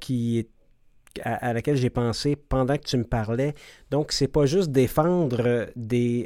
à laquelle j'ai pensé pendant que tu me parlais. Donc, c'est pas juste défendre des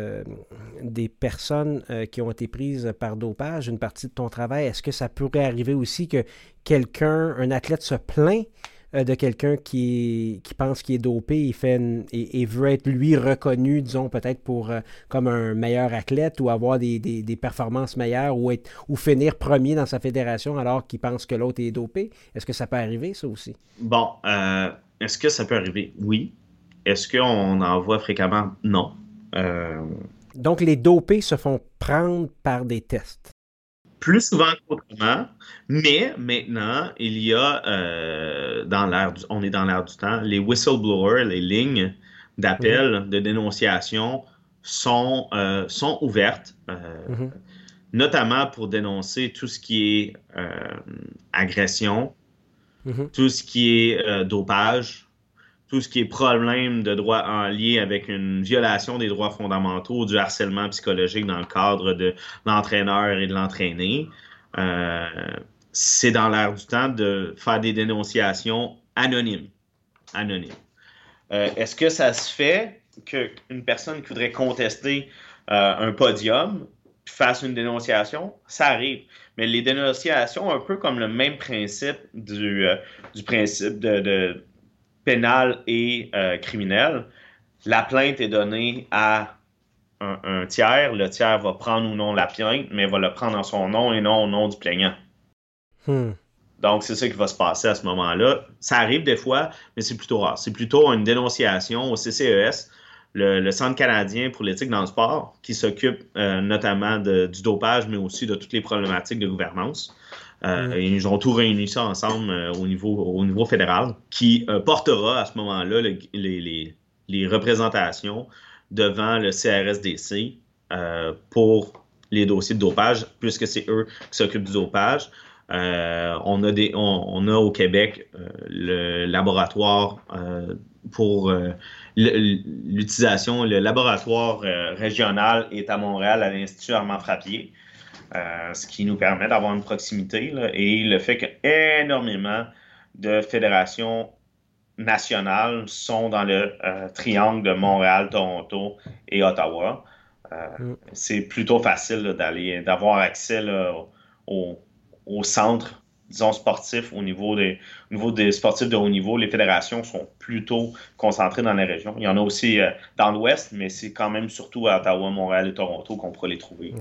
personnes qui ont été prises par dopage, une partie de ton travail. Est-ce que ça pourrait arriver aussi que un athlète se plaint de quelqu'un qui pense qu'il est dopé et veut être, lui, reconnu, disons, peut-être comme un meilleur athlète ou avoir des performances meilleures ou finir premier dans sa fédération alors qu'il pense que l'autre est dopé? Est-ce que ça peut arriver, ça aussi? Bon, est-ce que ça peut arriver? Oui. Est-ce qu'on en voit fréquemment? Non. Donc, les dopés se font prendre par des tests. Plus souvent qu'autrement, mais maintenant, il y a, on est dans l'ère du temps, les whistleblowers, les lignes d'appel, de dénonciation sont ouvertes, notamment pour dénoncer tout ce qui est agression, tout ce qui est dopage, tout ce qui est problème de droit en lien avec une violation des droits fondamentaux, du harcèlement psychologique dans le cadre de l'entraîneur et de l'entraîné. C'est dans l'air du temps de faire des dénonciations anonymes. Est-ce que ça se fait qu'une personne qui voudrait contester un podium fasse une dénonciation? Ça arrive. Mais les dénonciations, un peu comme le même principe du principe de pénal et criminel, la plainte est donnée à un tiers, le tiers va prendre ou non la plainte, mais va le prendre en son nom et non au nom du plaignant. Donc, c'est ça qui va se passer à ce moment-là. Ça arrive des fois, mais c'est plutôt rare. C'est plutôt une dénonciation au CCES, le Centre canadien pour l'éthique dans le sport, qui s'occupe notamment du dopage, mais aussi de toutes les problématiques de gouvernance. Ils ont tout réuni ça ensemble au niveau fédéral, qui portera à ce moment-là les représentations devant le CRSDC pour les dossiers de dopage, puisque c'est eux qui s'occupent du dopage. On a au Québec le laboratoire pour l'utilisation. Le laboratoire régional est à Montréal, à l'Institut Armand Frappier, ce qui nous permet d'avoir une proximité. Là, et le fait qu'énormément de fédérations nationales sont dans le triangle de Montréal, Toronto et Ottawa. C'est plutôt facile là, d'avoir accès là, au centre, disons, sportif au niveau des sportifs de haut niveau. Les fédérations sont plutôt concentrées dans les régions. Il y en a aussi dans l'Ouest, mais c'est quand même surtout à Ottawa, Montréal et Toronto qu'on pourra les trouver.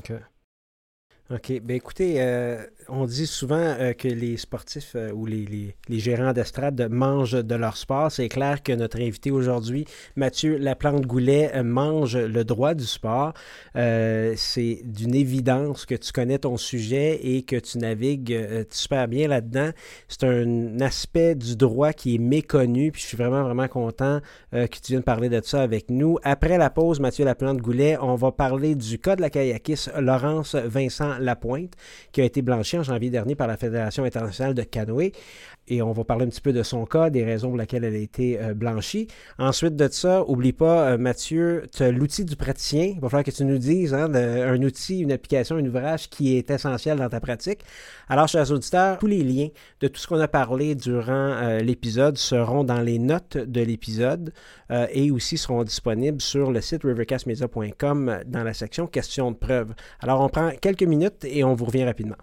OK. Bien, écoutez, on dit souvent que les sportifs ou les gérants d'estrade mangent de leur sport. C'est clair que notre invité aujourd'hui, Mathieu Laplante-Goulet, mange le droit du sport. C'est d'une évidence que tu connais ton sujet et que tu navigues super bien là-dedans. C'est un aspect du droit qui est méconnu, puis je suis vraiment, vraiment content que tu viennes parler de ça avec nous. Après la pause, Mathieu Laplante-Goulet, on va parler du cas de la kayakiste Laurence Vincent Lapointe, qui a été blanchie en janvier dernier par la Fédération internationale de canoë. Et on va parler un petit peu de son cas, des raisons pour lesquelles elle a été blanchie. Ensuite de ça, oublie pas, Mathieu, tu as l'outil du praticien. Il va falloir que tu nous dises un outil, une application, un ouvrage qui est essentiel dans ta pratique. Alors, chers auditeurs, tous les liens de tout ce qu'on a parlé durant l'épisode seront dans les notes de l'épisode et aussi seront disponibles sur le site rivercastmedia.com dans la section questions de preuve. Alors, on prend quelques minutes et on vous revient rapidement.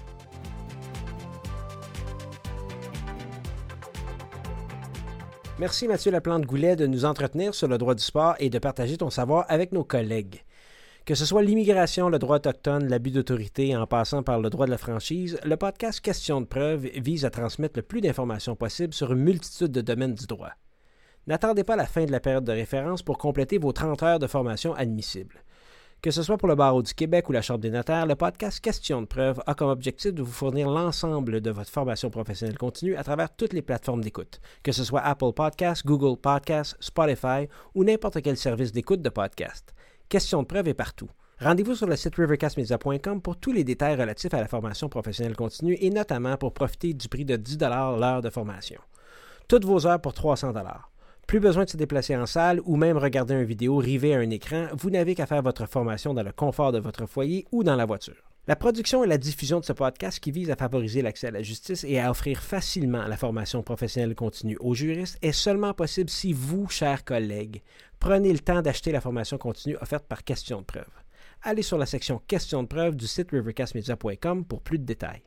Merci Mathieu Laplante-Goulet de nous entretenir sur le droit du sport et de partager ton savoir avec nos collègues. Que ce soit l'immigration, le droit autochtone, l'abus d'autorité, en passant par le droit de la franchise, le podcast Questions de preuve vise à transmettre le plus d'informations possible sur une multitude de domaines du droit. N'attendez pas la fin de la période de référence pour compléter vos 30 heures de formation admissibles. Que ce soit pour le Barreau du Québec ou la Chambre des notaires, le podcast Questions de preuve a comme objectif de vous fournir l'ensemble de votre formation professionnelle continue à travers toutes les plateformes d'écoute, que ce soit Apple Podcasts, Google Podcasts, Spotify ou n'importe quel service d'écoute de podcast. Questions de preuve est partout. Rendez-vous sur le site rivercastmedia.com pour tous les détails relatifs à la formation professionnelle continue et notamment pour profiter du prix de 10 $ l'heure de formation. Toutes vos heures pour 300 $. Plus besoin de se déplacer en salle ou même regarder une vidéo rivée à un écran, vous n'avez qu'à faire votre formation dans le confort de votre foyer ou dans la voiture. La production et la diffusion de ce podcast qui vise à favoriser l'accès à la justice et à offrir facilement la formation professionnelle continue aux juristes est seulement possible si vous, chers collègues, prenez le temps d'acheter la formation continue offerte par Questions de preuve. Allez sur la section Questions de preuve du site rivercastmedia.com pour plus de détails.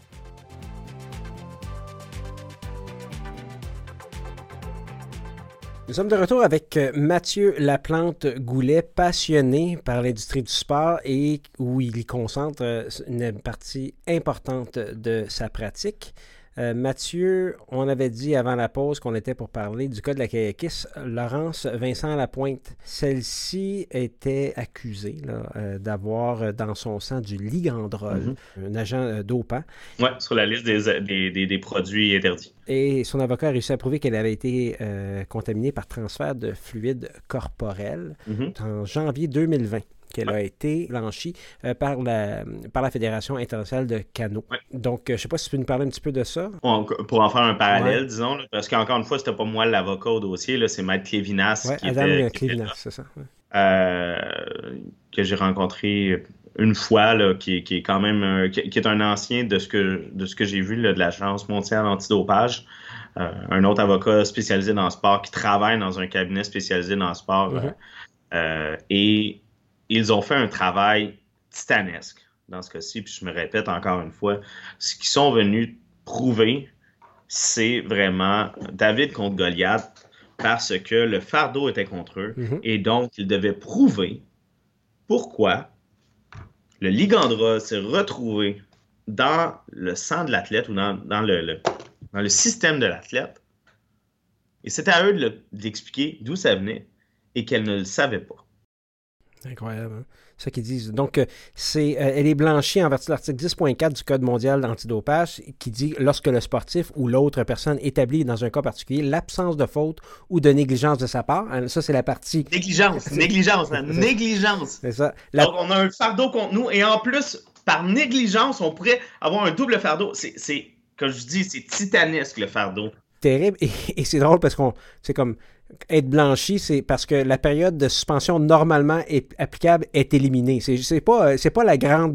Nous sommes de retour avec Mathieu Laplante-Goulet, passionné par l'industrie du sport et où il y concentre une partie importante de sa pratique. Mathieu, on avait dit avant la pause qu'on était pour parler du cas de la kayakiste Laurence Vincent Lapointe. Celle-ci était accusée d'avoir dans son sang du ligandrol, un agent dopant. Oui, sur la liste des produits interdits. Et son avocat a réussi à prouver qu'elle avait été contaminée par transfert de fluide corporel en janvier 2020. Qu'elle a été blanchie par la Fédération internationale de canoë. Ouais. Donc, je ne sais pas si tu peux nous parler un petit peu de ça. Pour en faire un parallèle, disons, là, parce qu'encore une fois, c'était pas moi l'avocat au dossier, là, c'est Maître Clévinas qui Adam était... Clévinas, c'est ça. Que j'ai rencontré une fois, là, qui est quand même... qui est un ancien de ce que j'ai vu là, de l'Agence mondiale antidopage. Un autre avocat spécialisé dans le sport qui travaille dans un cabinet spécialisé dans le sport. Et ils ont fait un travail titanesque dans ce cas-ci, puis je me répète encore une fois, ce qu'ils sont venus prouver, c'est vraiment David contre Goliath, parce que le fardeau était contre eux, et donc ils devaient prouver pourquoi le ligandrol s'est retrouvé dans le sang de l'athlète ou dans le système de l'athlète. Et c'était à eux d'expliquer d'où ça venait et qu'elle ne le savait pas. Incroyable, hein? C'est ça qu'ils disent. Donc, elle est blanchie en vertu de l'article 10.4 du Code mondial d'antidopage qui dit « Lorsque le sportif ou l'autre personne établit dans un cas particulier l'absence de faute ou de négligence de sa part. » Ça, c'est la partie... Négligence. C'est ça. Donc, on a un fardeau contre nous et en plus, par négligence, on pourrait avoir un double fardeau. C'est comme je dis, c'est titanesque le fardeau. Terrible. Et c'est drôle parce qu'on... C'est comme... Être blanchi, c'est parce que la période de suspension normalement applicable est éliminée. C'est pas la grande,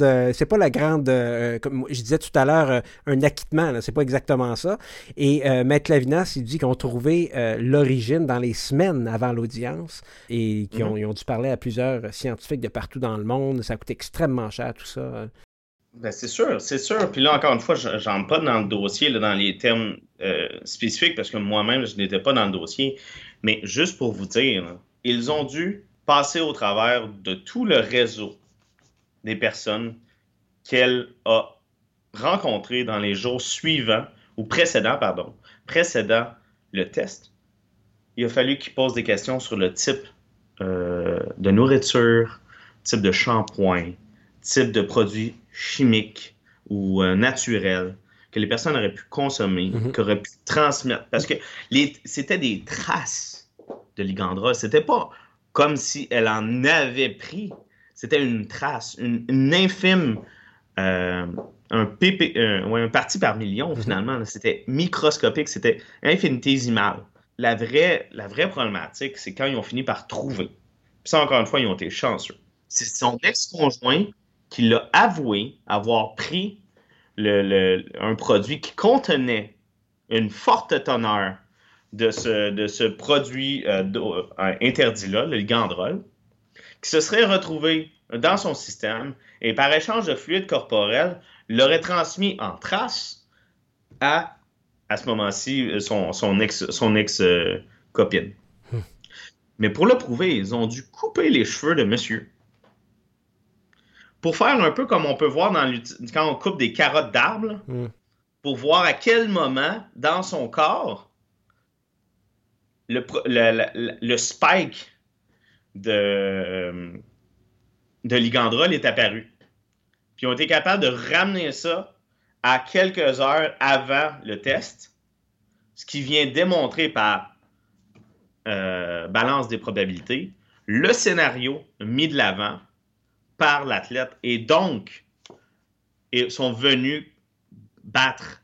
comme je disais tout à l'heure, un acquittement. Là, c'est pas exactement ça. Et Maître Lavinas, il dit qu'ils ont trouvé l'origine dans les semaines avant l'audience et qu'ils ont dû parler à plusieurs scientifiques de partout dans le monde. Ça coûte extrêmement cher tout ça. Ben c'est sûr. Puis là, encore une fois, je n'entre pas dans le dossier, là, dans les termes spécifiques, parce que moi-même, je n'étais pas dans le dossier. Mais juste pour vous dire, là, ils ont dû passer au travers de tout le réseau des personnes qu'elle a rencontrées dans les jours suivants, ou précédant le test. Il a fallu qu'ils posent des questions sur le type de nourriture, type de shampoing, type de produits chimiques ou naturels que les personnes auraient pu consommer, qu'auraient pu transmettre. Parce que c'était des traces de ligandrol. C'était pas comme si elle en avait pris. C'était une trace, une infime, un parti par million, finalement. C'était microscopique, c'était infinitésimal. La vraie problématique, c'est quand ils ont fini par trouver. Puis ça, encore une fois, ils ont été chanceux. C'est son ex-conjoint qui l'a avoué avoir pris un produit qui contenait une forte teneur de ce produit interdit-là, le ligandrol, qui se serait retrouvé dans son système et par échange de fluide corporel, l'aurait transmis en trace à ce moment-ci, son ex-copine. Mais pour le prouver, ils ont dû couper les cheveux de monsieur. Pour faire un peu comme on peut voir quand on coupe des carottes d'arbres, pour voir à quel moment, dans son corps, le spike de ligandrol est apparu. Puis ils ont été capables de ramener ça à quelques heures avant le test, ce qui vient démontrer par balance des probabilités le scénario mis de l'avant par l'athlète et donc ils sont venus battre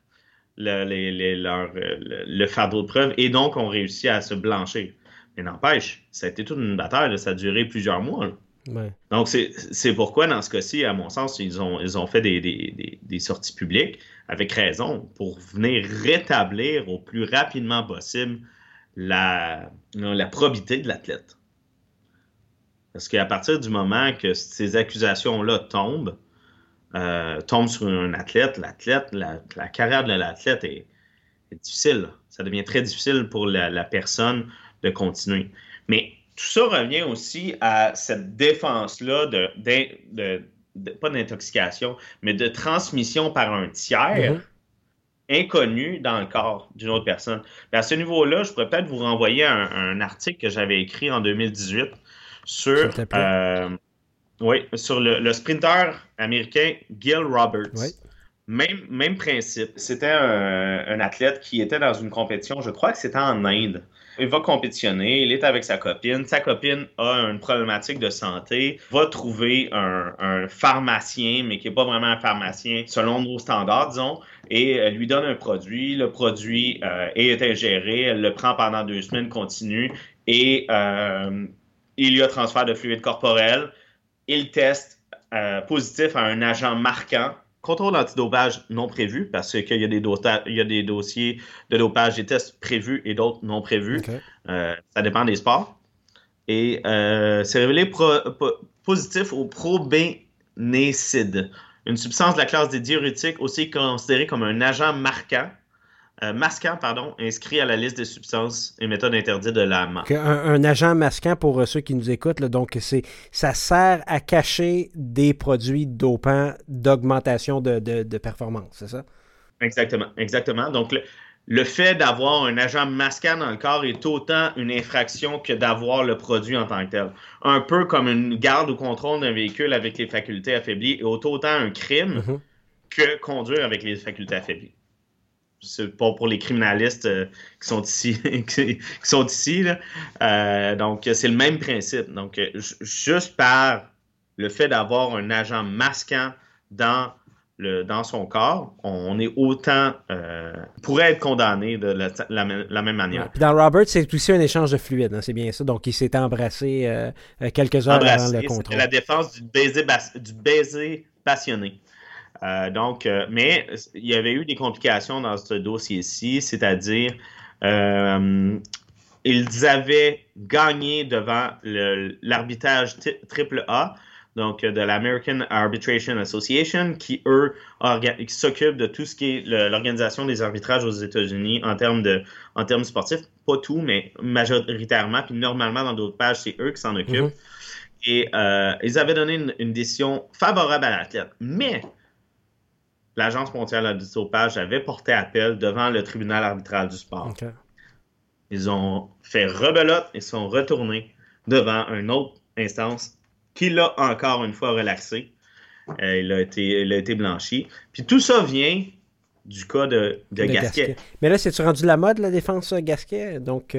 le fardeau de preuve et donc ont réussi à se blanchir. Mais n'empêche, ça a été toute une bataille, ça a duré plusieurs mois. Ouais. Donc c'est pourquoi dans ce cas-ci, à mon sens, ils ont fait des sorties publiques avec raison pour venir rétablir au plus rapidement possible la probité de l'athlète. Parce qu'à partir du moment que ces accusations-là tombent sur un athlète, la carrière de l'athlète est difficile. Ça devient très difficile pour la personne de continuer. Mais tout ça revient aussi à cette défense-là pas d'intoxication, mais de transmission par un tiers inconnu dans le corps d'une autre personne. Mais à ce niveau-là, je pourrais peut-être vous renvoyer un article que j'avais écrit en 2018 sur le sprinter américain Gil Roberts. Oui. Même principe. C'était un athlète qui était dans une compétition, je crois que c'était en Inde. Il va compétitionner, il est avec sa copine. Sa copine a une problématique de santé, va trouver un pharmacien, mais qui n'est pas vraiment un pharmacien selon nos standards, disons, et lui donne un produit. Le produit est ingéré, elle le prend pendant 2 semaines, continue, et il y a transfert de fluide corporel. Il teste positif à un agent marquant. Contrôle antidopage non prévu, parce qu'il y a des dossiers de dopage, des tests prévus et d'autres non prévus. Okay. Ça dépend des sports. Et c'est révélé positif au probénécide, une substance de la classe des diurétiques aussi considérée comme un agent marquant masquant, pardon, inscrit à la liste des substances et méthodes interdites de l'AMA. Un agent masquant, pour ceux qui nous écoutent, là, donc ça sert à cacher des produits dopants d'augmentation de performance, c'est ça? Exactement. Donc, le fait d'avoir un agent masquant dans le corps est autant une infraction que d'avoir le produit en tant que tel. Un peu comme une garde ou contrôle d'un véhicule avec les facultés affaiblies est autant un crime que conduire avec les facultés affaiblies. C'est pas pour les criminalistes qui sont ici. Là. Donc, c'est le même principe. Donc, juste par le fait d'avoir un agent masquant dans son corps, on est autant pourrait être condamné de la même manière. Puis dans Robert, c'est aussi un échange de fluide, hein, c'est bien ça. Donc, il s'est embrassé quelques heures avant le contrôle. C'est la défense du baiser passionné. Mais il y avait eu des complications dans ce dossier-ci, c'est-à-dire ils avaient gagné devant l'arbitrage AAA, donc de l'American Arbitration Association, qui, eux, qui s'occupent de tout ce qui est l'organisation des arbitrages aux États-Unis en termes sportifs. Pas tout, mais majoritairement. Puis normalement, dans d'autres pages, c'est eux qui s'en occupent. Et ils avaient donné une décision favorable à l'athlète. Mais l'Agence mondiale antidopage avait porté appel devant le tribunal arbitral du sport. Okay. Ils ont fait rebelote et sont retournés devant une autre instance qui l'a encore une fois relaxé. Il a été blanchi. Puis tout ça vient du cas de Gasquet. Mais là, c'est-tu rendu la mode, la défense Gasquet? Donc,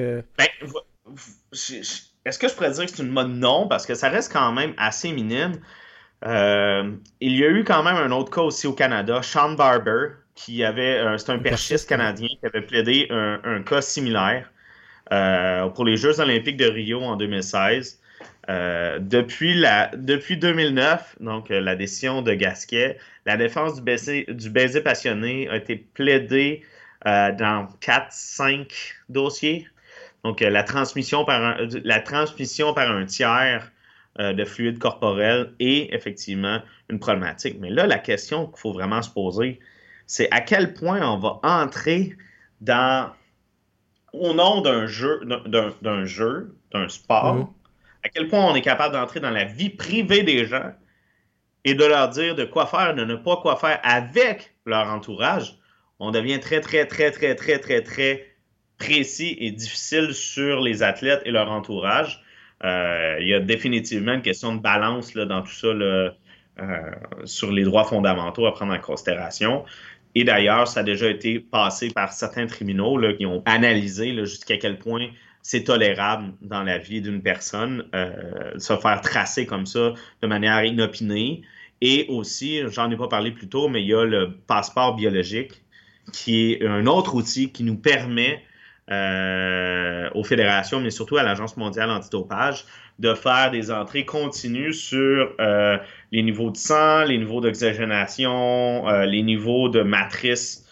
est-ce que je pourrais dire que c'est une mode? Non, parce que ça reste quand même assez minime. Il y a eu quand même un autre cas aussi au Canada, Sean Barber, qui avait, c'est un perchiste canadien qui avait plaidé un cas similaire pour les Jeux olympiques de Rio en 2016. Depuis 2009, donc la décision de Gasquet, la défense du baiser passionné a été plaidée dans 4-5 dossiers. Donc la transmission par un tiers de fluide corporel est effectivement une problématique. Mais là, la question qu'il faut vraiment se poser, c'est à quel point on va entrer au nom d'un jeu, d'un sport, à quel point on est capable d'entrer dans la vie privée des gens et de leur dire de quoi faire, de ne pas quoi faire avec leur entourage. On devient très, très, très, très, très, très, très précis et difficile sur les athlètes et leur entourage. Il y a définitivement une question de balance là, dans tout ça sur les droits fondamentaux à prendre en considération. Et d'ailleurs, ça a déjà été passé par certains tribunaux là, qui ont analysé là, jusqu'à quel point c'est tolérable dans la vie d'une personne se faire tracer comme ça de manière inopinée. Et aussi, j'en ai pas parlé plus tôt, mais il y a le passeport biologique qui est un autre outil qui nous permet aux fédérations, mais surtout à l'Agence mondiale antidopage, de faire des entrées continues sur les niveaux de sang, les niveaux d'oxygénation, les niveaux de matrice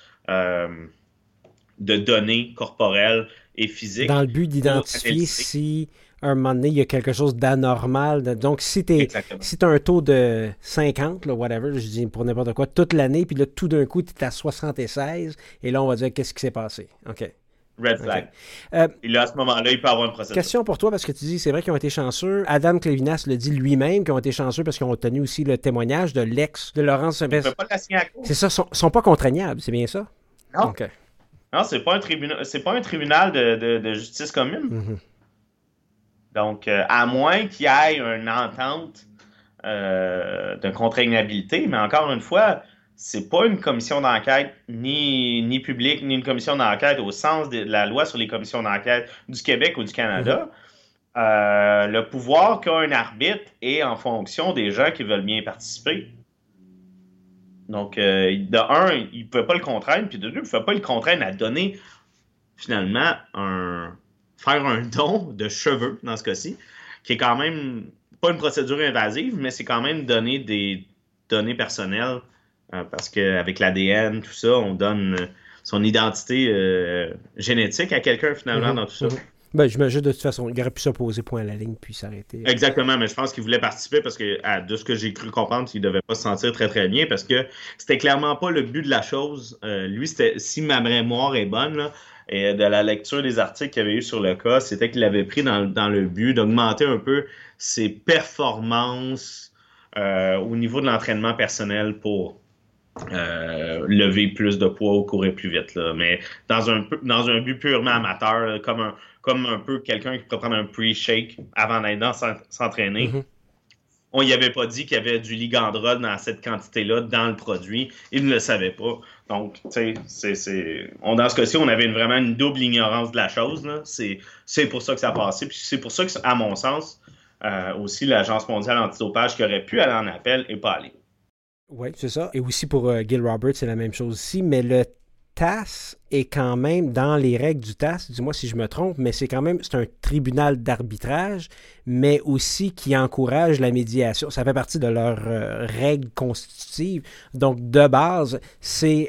de données corporelles et physiques. Dans le but d'identifier si, à un moment donné, il y a quelque chose d'anormal. Donc, si tu as un taux de 50, là, whatever, je dis pour n'importe quoi, toute l'année, puis là, tout d'un coup, tu es à 76, et là, on va dire qu'est-ce qui s'est passé. OK. Red flag. Et là, à ce moment-là, il peut avoir une procédure. Question pour toi, parce que tu dis, c'est vrai qu'ils ont été chanceux. Adam Clevinas le dit lui-même, qu'ils ont été chanceux parce qu'ils ont obtenu aussi le témoignage de l'ex de Laurence Saint-Pierre. On ne peut pas la signer à cause. C'est ça, ils sont pas contraignables, c'est bien ça? Non. Okay. Non, c'est pas un tribunal de justice commune. Donc, à moins qu'il y ait une entente de contraignabilité, mais encore une fois, c'est pas une commission d'enquête ni publique, ni une commission d'enquête au sens de la loi sur les commissions d'enquête du Québec ou du Canada. Le pouvoir qu'a un arbitre est en fonction des gens qui veulent bien participer. Donc, de un, il ne pouvait pas le contraindre, puis de deux, il ne pouvait pas le contraindre à donner, finalement, faire un don de cheveux, dans ce cas-ci, qui est quand même pas une procédure invasive, mais c'est quand même donner des données personnelles, parce qu'avec l'ADN, tout ça, on donne son identité génétique à quelqu'un, finalement, dans tout ça. Ben, j'imagine de toute façon, il aurait pu s'opposer point à la ligne puis s'arrêter. Exactement, mais je pense qu'il voulait participer parce que, de ce que j'ai cru comprendre, il ne devait pas se sentir très très bien parce que c'était clairement pas le but de la chose. Lui, c'était, si ma mémoire est bonne, là, et de la lecture des articles qu'il y avait eu sur le cas, c'était qu'il avait pris dans le but d'augmenter un peu ses performances au niveau de l'entraînement personnel pour lever plus de poids ou courir plus vite. Là. Mais dans un but purement amateur, là, comme un peu quelqu'un qui pourrait prendre un pre-shake avant d'aller s'entraîner. Mm-hmm. On n'y avait pas dit qu'il y avait du ligandrol dans cette quantité-là dans le produit. Il ne le savait pas. Donc, tu sais, dans ce cas-ci, on avait vraiment une double ignorance de la chose. Là. C'est pour ça que ça a passé. Puis c'est pour ça que, à mon sens, aussi, l'Agence mondiale antidopage qui aurait pu aller en appel n'est pas allée. Oui, c'est ça. Et aussi pour Gil Roberts, c'est la même chose ici. Mais le TAS est quand même dans les règles du TAS, dis-moi si je me trompe, mais c'est un tribunal d'arbitrage, mais aussi qui encourage la médiation. Ça fait partie de leurs règles constitutives. Donc, de base, c'est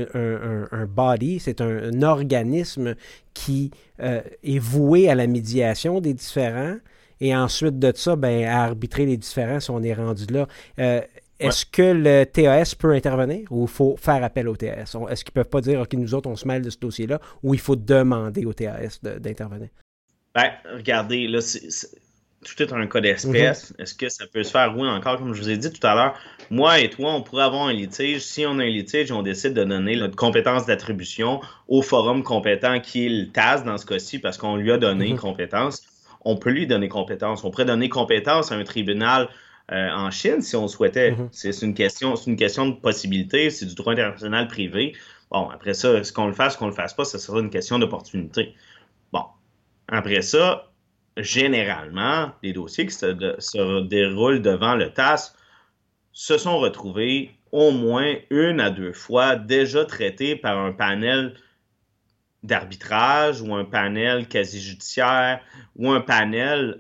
un body, c'est un organisme qui est voué à la médiation des différends. Et ensuite de ça, ben, à arbitrer les différends si on est rendu là. Est-ce que le TAS peut intervenir ou il faut faire appel au TAS? Est-ce qu'ils ne peuvent pas dire, OK, nous autres, on se mêle de ce dossier-là, ou il faut demander au TAS d'intervenir? Ben, regardez, là, tout est un cas d'espèce. Mm-hmm. Est-ce que ça peut se faire? Oui, encore, comme je vous ai dit tout à l'heure, moi et toi, on pourrait avoir un litige. Si on a un litige, on décide de donner notre compétence d'attribution au forum compétent qui est le TAS dans ce cas-ci, parce qu'on lui a donné compétence. On peut lui donner compétence. On pourrait donner compétence à un tribunal en Chine, si on souhaitait. C'est une question de possibilité, c'est du droit international privé. Bon, après ça, est-ce qu'on le fasse, qu'on le fasse pas, ça sera une question d'opportunité. Bon, après ça, généralement, les dossiers qui se déroulent devant le TAS se sont retrouvés au moins 1 à 2 fois déjà traités par un panel d'arbitrage ou un panel quasi-judiciaire ou un panel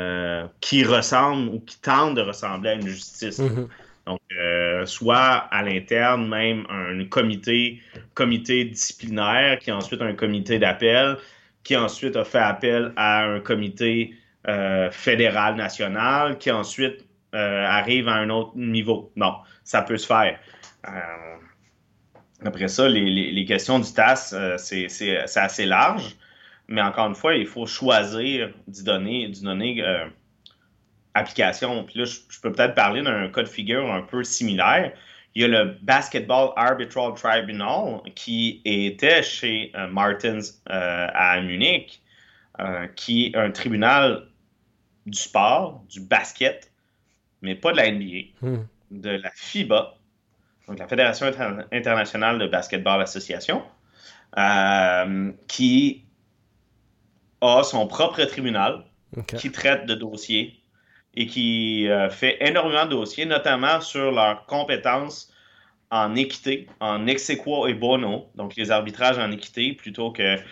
qui ressemble ou qui tente de ressembler à une justice. Mm-hmm. Donc, soit à l'interne, même un comité disciplinaire qui a ensuite un comité d'appel, qui ensuite a fait appel à un comité fédéral national, qui ensuite arrive à un autre niveau. Non, ça peut se faire. Après ça, les questions du TAS, c'est assez large, mais encore une fois, il faut choisir d'y donner application. Puis là, je peux peut-être parler d'un cas de figure un peu similaire. Il y a le Basketball Arbitral Tribunal qui était chez Martins à Munich, qui est un tribunal du sport, du basket, mais pas de la NBA, de la FIBA, donc la Fédération internationale de basketball association, qui a son propre tribunal qui traite de dossiers et qui fait énormément de dossiers, notamment sur leurs compétences en équité, en ex aequo et bono, donc les arbitrages en équité plutôt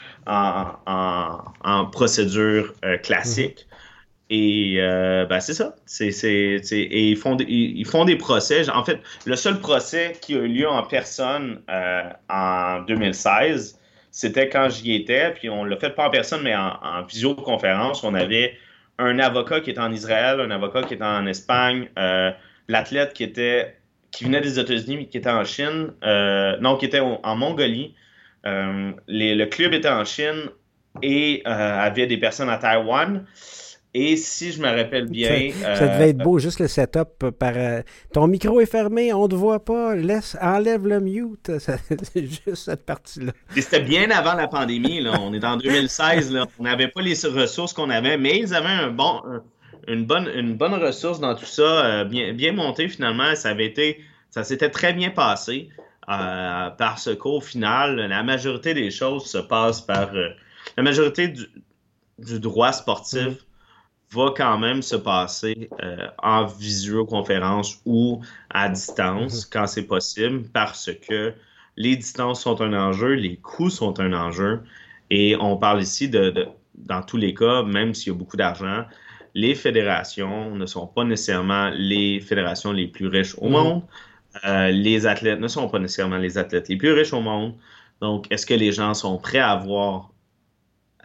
qu'en procédure classique. Et ben c'est ça. Et ils font des procès. En fait, le seul procès qui a eu lieu en personne en 2016, c'était quand j'y étais. Puis on l'a fait pas en personne, mais en visioconférence. On avait un avocat qui était en Israël, un avocat qui était en Espagne, l'athlète qui venait des États-Unis, mais qui était en Chine. Non, qui était en Mongolie. Le club était en Chine et avait des personnes à Taïwan. Et si je me rappelle bien... Ça devait être beau, juste le setup ton micro est fermé, on ne te voit pas, enlève le mute. C'est juste cette partie-là. C'était bien avant la pandémie, là. On est en 2016, là. On n'avait pas les ressources qu'on avait, mais ils avaient une bonne ressource dans tout ça, bien monté finalement. Ça s'était très bien passé parce qu'au final, la majorité des choses se passent par... la majorité du droit sportif va quand même se passer en visioconférence ou à distance quand c'est possible parce que les distances sont un enjeu, les coûts sont un enjeu et on parle ici dans tous les cas, même s'il y a beaucoup d'argent, les fédérations ne sont pas nécessairement les fédérations les plus riches au monde. Les athlètes ne sont pas nécessairement les athlètes les plus riches au monde. Donc, est-ce que les gens sont prêts à avoir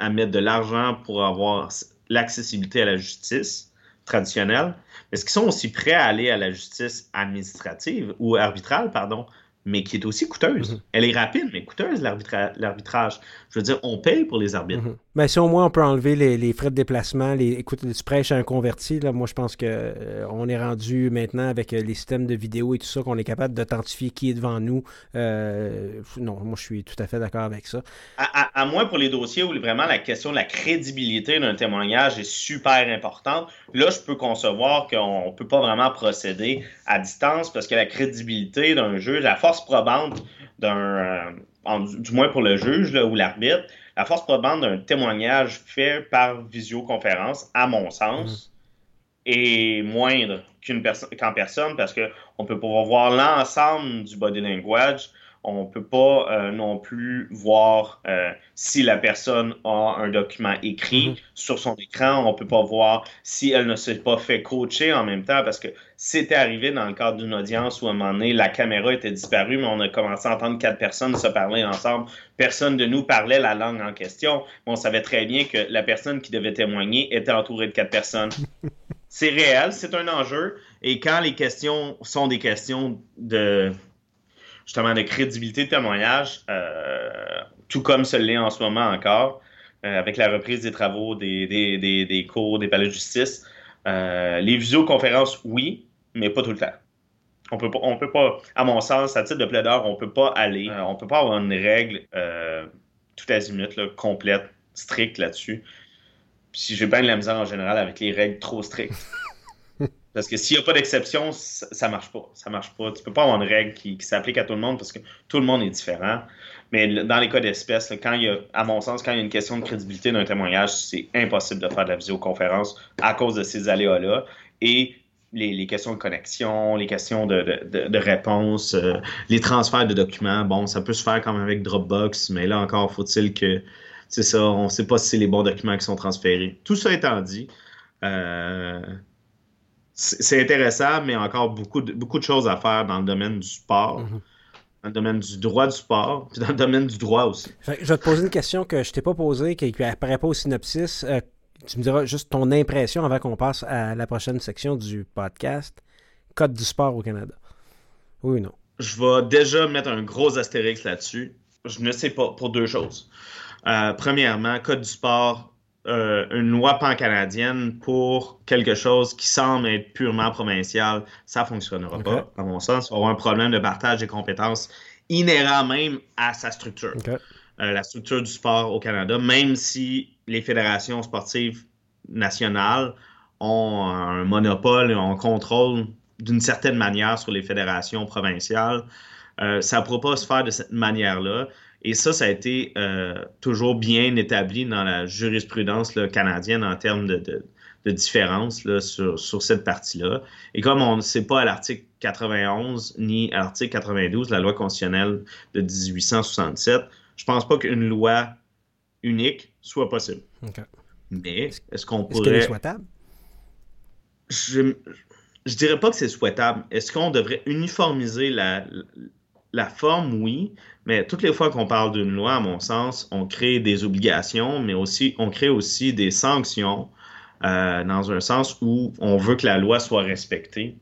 à mettre de l'argent pour avoir l'accessibilité à la justice traditionnelle, est-ce qu'ils sont aussi prêts à aller à la justice administrative ou arbitrale, pardon, mais qui est aussi coûteuse? Mm-hmm. Elle est rapide, mais coûteuse, l'arbitrage. Je veux dire, on paye pour les arbitres. Mm-hmm. Ben, si au moins on peut enlever les frais de déplacement, écoute, tu prêches à un converti, là, moi je pense que on est rendu maintenant avec les systèmes de vidéo et tout ça, qu'on est capable d'authentifier qui est devant nous. Non, moi je suis tout à fait d'accord avec ça. À moins pour les dossiers où vraiment la question de la crédibilité d'un témoignage est super importante, là, je peux concevoir qu'on ne peut pas vraiment procéder à distance parce que la crédibilité d'un juge, la force probante du moins pour le juge là, ou l'arbitre, la force probante d'un témoignage fait par visioconférence, à mon sens, est moindre qu'en personne parce qu'on ne peut pas voir l'ensemble du body language. On ne peut pas non plus voir si la personne a un document écrit sur son écran. On ne peut pas voir si elle ne s'est pas fait coacher en même temps parce que c'était arrivé dans le cadre d'une audience où à un moment donné, la caméra était disparue, mais on a commencé à entendre 4 personnes se parler ensemble. Personne de nous parlait la langue en question. Mais on savait très bien que la personne qui devait témoigner était entourée de 4 personnes. C'est réel, c'est un enjeu. Et quand les questions sont des questions justement de crédibilité de témoignage, tout comme ce l'est en ce moment encore, avec la reprise des travaux des cours des palais de justice. Les visioconférences, oui, mais pas tout le temps. On peut pas, à mon sens, à titre de plaideur, on peut pas aller, on peut pas avoir une règle tout azimut, là, complète, stricte là-dessus. Puis j'ai bien de la misère en général avec les règles trop strictes. Parce que s'il n'y a pas d'exception, ça marche pas. Ça marche pas. Tu peux pas avoir une règle qui s'applique à tout le monde parce que tout le monde est différent. Mais dans les cas d'espèce, là, à mon sens, quand il y a une question de crédibilité d'un témoignage, c'est impossible de faire de la visioconférence à cause de ces aléas-là. Et les questions de connexion, les questions de réponse, les transferts de documents, bon, ça peut se faire comme avec Dropbox, mais là encore, faut-il que, c'est ça, on ne sait pas si c'est les bons documents qui sont transférés. Tout ça étant dit, c'est intéressant, mais encore beaucoup de choses à faire dans le domaine du sport, dans le domaine du droit du sport, puis dans le domaine du droit aussi. Je vais te poser une question que je t'ai pas posée, qui n'apparaît pas au synopsis. Tu me diras juste ton impression avant qu'on passe à la prochaine section du podcast. Code du sport au Canada. Oui ou non? Je vais déjà mettre un gros astérix là-dessus. Je ne sais pas, pour 2 choses. Premièrement, Code du sport, une loi pan-canadienne pour quelque chose qui semble être purement provincial, ça ne fonctionnera pas, à mon sens. Il va y avoir un problème de partage des compétences inhérent même à sa structure. La structure du sport au Canada, même si les fédérations sportives nationales ont un monopole et un contrôle d'une certaine manière sur les fédérations provinciales, ça ne pourra pas se faire de cette manière-là. Et ça a été toujours bien établi dans la jurisprudence là, canadienne en termes de différence là, sur cette partie-là. Et comme on ne sait pas à l'article 91 ni à l'article 92 de la loi constitutionnelle de 1867, je pense pas qu'une loi unique soit possible. Mais est-ce qu'on pourrait... Est-ce qu'elle est souhaitable? Je dirais pas que c'est souhaitable. Est-ce qu'on devrait uniformiser la forme? Oui, mais toutes les fois qu'on parle d'une loi, à mon sens, on crée des obligations, mais aussi on crée aussi des sanctions dans un sens où on veut que la loi soit respectée.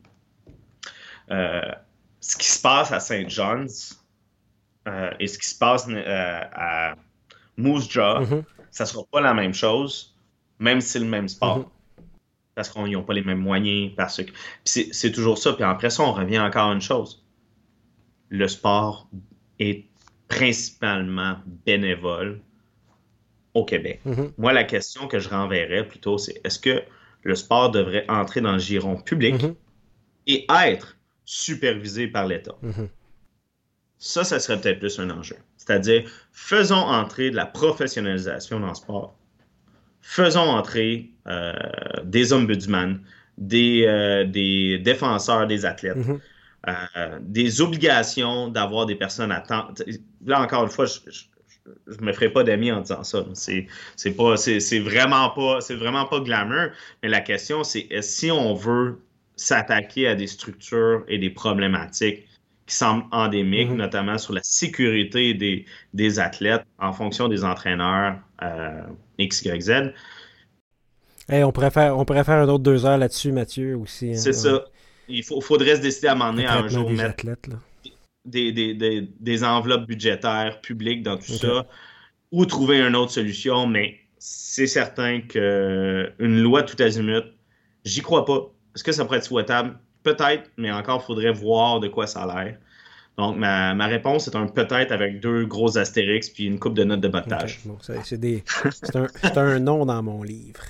Ce qui se passe à St. John's et ce qui se passe à Moose Jaw, ça sera pas la même chose, même si c'est le même sport. Parce qu'ils n'ont pas les mêmes moyens. C'est toujours ça. Puis après ça, on revient encore à une chose. Le sport est principalement bénévole au Québec. Moi, la question que je renverrais plutôt, c'est est-ce que le sport devrait entrer dans le giron public et être supervisé par l'État? Ça serait peut-être plus un enjeu. C'est-à-dire, faisons entrer de la professionnalisation dans le sport. Faisons entrer des ombudsman, des défenseurs des athlètes, des obligations d'avoir des personnes à temps. Là, encore une fois, je ne me ferai pas d'amis en disant ça. C'est vraiment pas glamour, mais la question, c'est si on veut s'attaquer à des structures et des problématiques qui semblent endémiques, notamment sur la sécurité des athlètes en fonction des entraîneurs X, Y, Z. Hey, on pourrait faire un autre 2 heures là-dessus, Mathieu, aussi. Hein, c'est ça. Il faudrait se décider à un moment donné à un jour mettre athlètes, là. Des enveloppes budgétaires publiques dans tout ça, ou trouver une autre solution, mais c'est certain qu'une loi tout azimut, j'y crois pas. Est-ce que ça pourrait être souhaitable? Peut-être, mais encore, il faudrait voir de quoi ça a l'air. Donc, ma réponse est un peut-être avec 2 gros astérix puis une coupe de notes de bas de page. Bon, c'est un nom dans mon livre.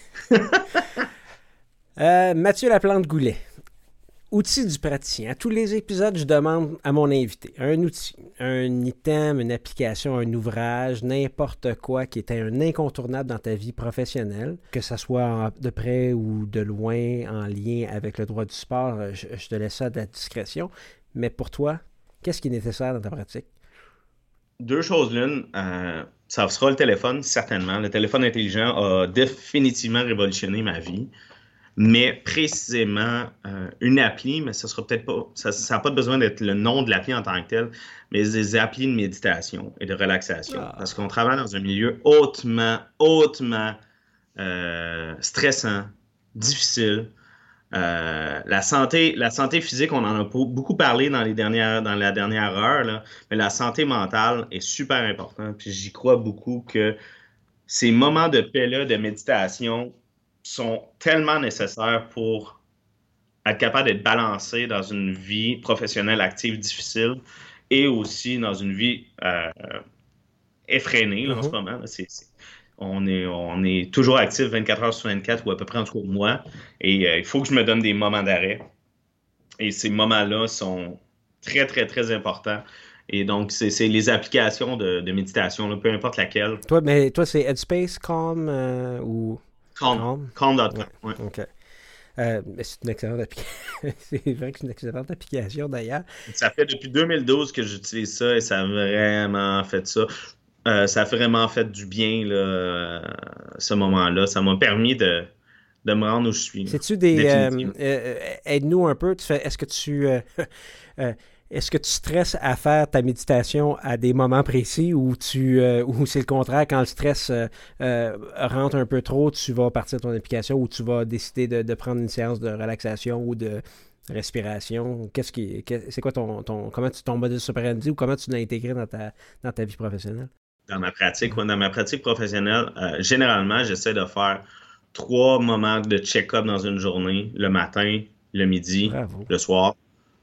Mathieu Laplante-Goulet. Outil du praticien. À tous les épisodes, je demande à mon invité un outil, un item, une application, un ouvrage, n'importe quoi qui était un incontournable dans ta vie professionnelle, que ça soit de près ou de loin en lien avec le droit du sport, je te laisse ça à ta discrétion. Mais pour toi, qu'est-ce qui est nécessaire dans ta pratique? 2 choses l'une. Ça sera le téléphone, certainement. Le téléphone intelligent a définitivement révolutionné ma vie. Mais précisément, une appli, mais ça sera peut-être pas, ça n'a pas besoin d'être le nom de l'appli en tant que tel, mais des applis de méditation et de relaxation. Parce qu'on travaille dans un milieu hautement stressant, difficile. La santé physique, on en a beaucoup parlé dans la dernière heure, là, mais la santé mentale est super importante. Puis j'y crois beaucoup que ces moments de paix-là, de méditation, sont tellement nécessaires pour être capable d'être balancé dans une vie professionnelle active difficile et aussi dans une vie effrénée là, en ce moment. Là, on est toujours actif 24 heures sur 24 ou à peu près en tout cas moi. Et il faut que je me donne des moments d'arrêt. Et ces moments-là sont très, très, très importants. Et donc, c'est les applications de méditation, là, peu importe laquelle. Toi, c'est Headspace, Calm ou... Calm.com. Ouais. OK. Mais c'est une excellente application. C'est vrai que c'est une excellente application, d'ailleurs. Ça fait depuis 2012 que j'utilise ça et ça a vraiment fait ça. Ça a vraiment fait du bien, là, ce moment-là. Ça m'a permis de me rendre où je suis. C'est-tu aide-nous un peu. Est-ce que tu stresses à faire ta méditation à des moments précis ou c'est le contraire, quand le stress rentre un peu trop, tu vas partir de ton application ou tu vas décider de prendre une séance de relaxation ou de respiration? C'est quoi ton modus operandi ou comment tu l'as intégré dans ta vie professionnelle? Dans ma pratique professionnelle, généralement, j'essaie de faire 3 moments de check-up dans une journée, le matin, le midi, le soir.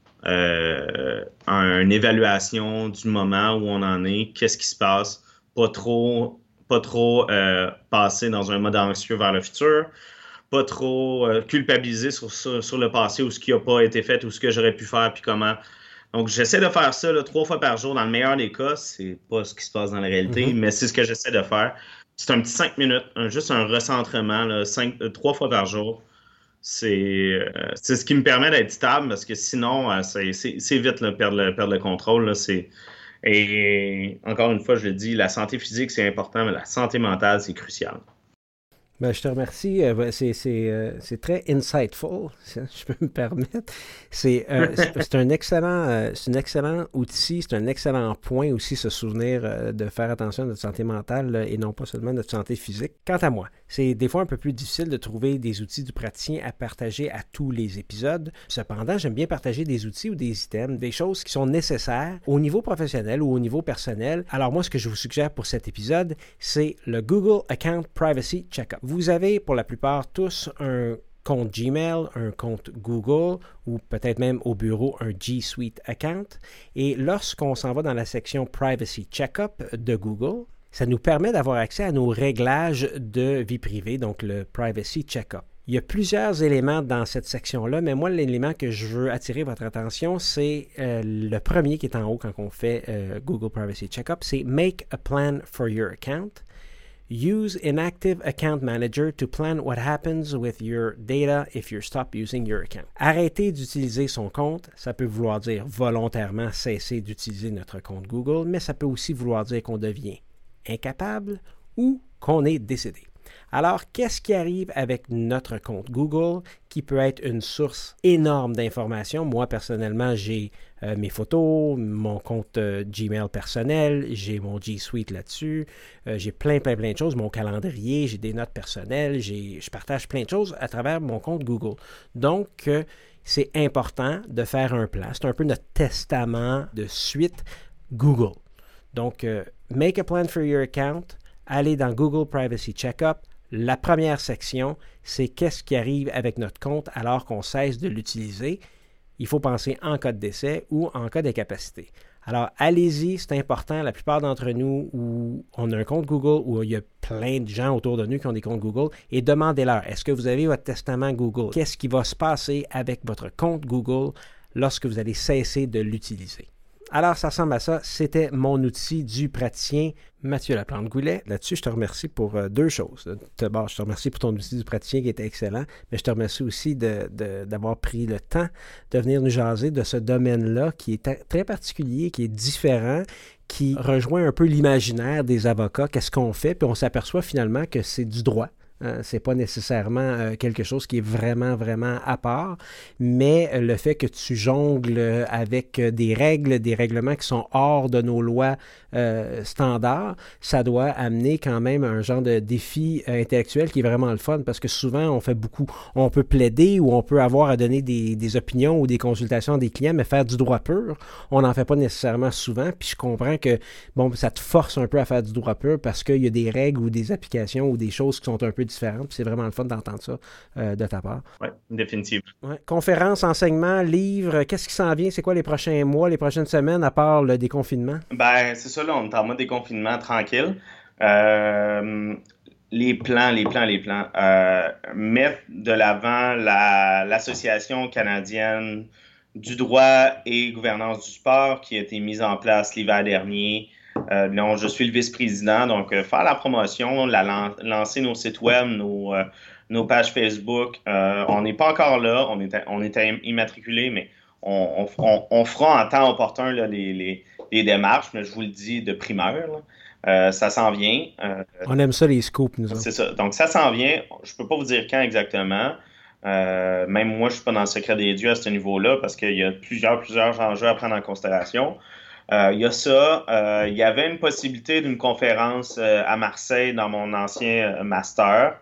Une évaluation du moment où on en est, qu'est-ce qui se passe, pas trop passer dans un mode anxieux vers le futur, pas trop culpabiliser sur le passé ou ce qui n'a pas été fait ou ce que j'aurais pu faire puis comment. Donc j'essaie de faire ça là, 3 fois par jour. Dans le meilleur des cas, c'est pas ce qui se passe dans la réalité, mais c'est ce que j'essaie de faire. C'est un petit 5 minutes, juste un recentrement, là, 3 fois par jour. C'est ce qui me permet d'être stable parce que sinon, c'est vite là, perdre le contrôle. Là, et encore une fois, je le dis, la santé physique, c'est important, mais la santé mentale, c'est crucial. Ben, je te remercie. C'est très insightful, si je peux me permettre. C'est un excellent outil, c'est un excellent point aussi, se souvenir de faire attention à notre santé mentale là, et non pas seulement notre santé physique. Quant à moi, c'est des fois un peu plus difficile de trouver des outils du praticien à partager à tous les épisodes. Cependant, j'aime bien partager des outils ou des items, des choses qui sont nécessaires au niveau professionnel ou au niveau personnel. Alors moi, ce que je vous suggère pour cet épisode, c'est le Google Account Privacy Checkup. Vous avez pour la plupart tous un compte Gmail, un compte Google ou peut-être même au bureau un G Suite account. Et lorsqu'on s'en va dans la section Privacy Checkup de Google, ça nous permet d'avoir accès à nos réglages de vie privée, donc le Privacy Checkup. Il y a plusieurs éléments dans cette section-là, mais moi, l'élément que je veux attirer votre attention, c'est le premier qui est en haut quand on fait Google Privacy Checkup, c'est Make a plan for your account. Use Inactive Account Manager to plan what happens with your data if you stop using your account. Arrêter d'utiliser son compte, ça peut vouloir dire volontairement cesser d'utiliser notre compte Google, mais ça peut aussi vouloir dire qu'on devient incapable ou qu'on est décédé. Alors, qu'est-ce qui arrive avec notre compte Google qui peut être une source énorme d'informations? Moi, personnellement, j'ai mes photos, mon compte Gmail personnel, j'ai mon G Suite là-dessus, j'ai plein de choses, mon calendrier, j'ai des notes personnelles, je partage plein de choses à travers mon compte Google. Donc, c'est important de faire un plan. C'est un peu notre testament de suite Google. Donc, make a plan for your account, allez dans Google Privacy Checkup. La première section, c'est qu'est-ce qui arrive avec notre compte alors qu'on cesse de l'utiliser. Il faut penser en cas de décès ou en cas d'incapacité. Alors, allez-y, c'est important. La plupart d'entre nous, où on a un compte Google, où il y a plein de gens autour de nous qui ont des comptes Google, et demandez-leur, est-ce que vous avez votre testament Google? Qu'est-ce qui va se passer avec votre compte Google lorsque vous allez cesser de l'utiliser? Alors, ça ressemble à ça. C'était mon outil du praticien Mathieu Laplante-Goulet. Là-dessus, je te remercie pour deux choses. D'abord, je te remercie pour ton outil du praticien qui était excellent, mais je te remercie aussi d'avoir pris le temps de venir nous jaser de ce domaine-là qui est très particulier, qui est différent, qui rejoint un peu l'imaginaire des avocats. Qu'est-ce qu'on fait? Puis on s'aperçoit finalement que c'est du droit. C'est pas nécessairement quelque chose qui est vraiment à part, mais le fait que tu jongles avec des règlements qui sont hors de nos lois standards, ça doit amener quand même un genre de défi intellectuel qui est vraiment le fun, parce que souvent on peut plaider ou on peut avoir à donner des opinions ou des consultations à des clients, mais faire du droit pur, on n'en fait pas nécessairement souvent, puis je comprends que ça te force un peu à faire du droit pur parce qu'il y a des règles ou des applications ou des choses qui sont un peu différentes, puis c'est vraiment le fun d'entendre ça de ta part. Oui, définitivement. Ouais. Conférences, enseignements, livres, qu'est-ce qui s'en vient? C'est quoi les prochains mois, les prochaines semaines, à part le déconfinement? Ben, c'est ça, là, on est en mode déconfinement tranquille. Les plans. Mettre de l'avant l'Association canadienne du droit et gouvernance du sport qui a été mise en place l'hiver dernier. Donc, je suis le vice-président, donc faire la promotion, lancer nos sites web, nos pages Facebook. On n'est pas encore là, on est immatriculé, mais on fera en temps opportun là, les démarches, mais je vous le dis de primeur. Ça s'en vient. On aime ça, les scoops, nous autres. C'est ça. Donc, ça s'en vient. Je ne peux pas vous dire quand exactement. Même moi, je ne suis pas dans le secret des dieux à ce niveau-là parce qu'il y a plusieurs enjeux à prendre en considération. Il y a ça. Il y avait une possibilité d'une conférence à Marseille dans mon ancien master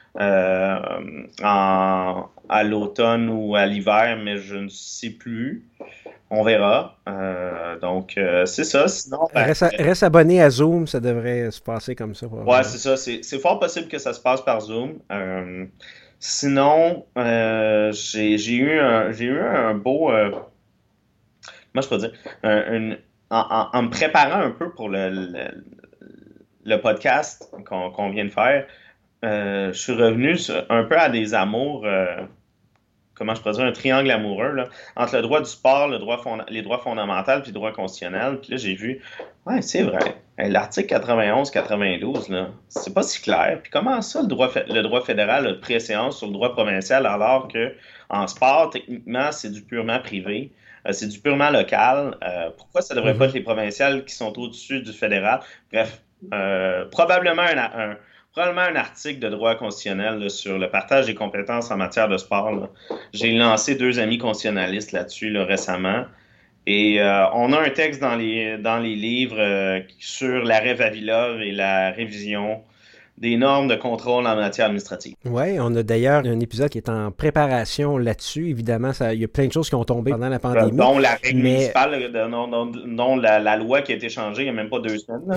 à l'automne ou à l'hiver, mais je ne sais plus. On verra. Donc, c'est ça. Sinon, reste abonné à Zoom, ça devrait se passer comme ça. Ouais, c'est ça. C'est fort possible que ça se passe par Zoom. Sinon, j'ai eu un beau... moi, je peux dire... En me préparant un peu pour le podcast qu'on vient de faire, je suis revenu un peu à des amours... comment je pourrais dire, un triangle amoureux là, entre le droit du sport, les droits fondamentaux puis le droit constitutionnel. Puis là, j'ai vu, ouais, c'est vrai, l'article 91-92, là, c'est pas si clair. Puis comment ça, le droit fédéral a de préséance sur le droit provincial alors que en sport, techniquement, c'est du purement privé, c'est du purement local. Pourquoi ça devrait pas être les provinciales qui sont au-dessus du fédéral? Bref, probablement un article de droit constitutionnel là, sur le partage des compétences en matière de sport. Là. J'ai lancé 2 amis constitutionnalistes là-dessus là, récemment. Et on a un texte dans les livres sur l'arrêt Vavilov et la révision des normes de contrôle en matière administrative. Oui, on a d'ailleurs un épisode qui est en préparation là-dessus. Évidemment, il y a plein de choses qui ont tombé pendant la pandémie. Dont la règle municipale, dont la loi qui a été changée il n'y a même pas 2 semaines.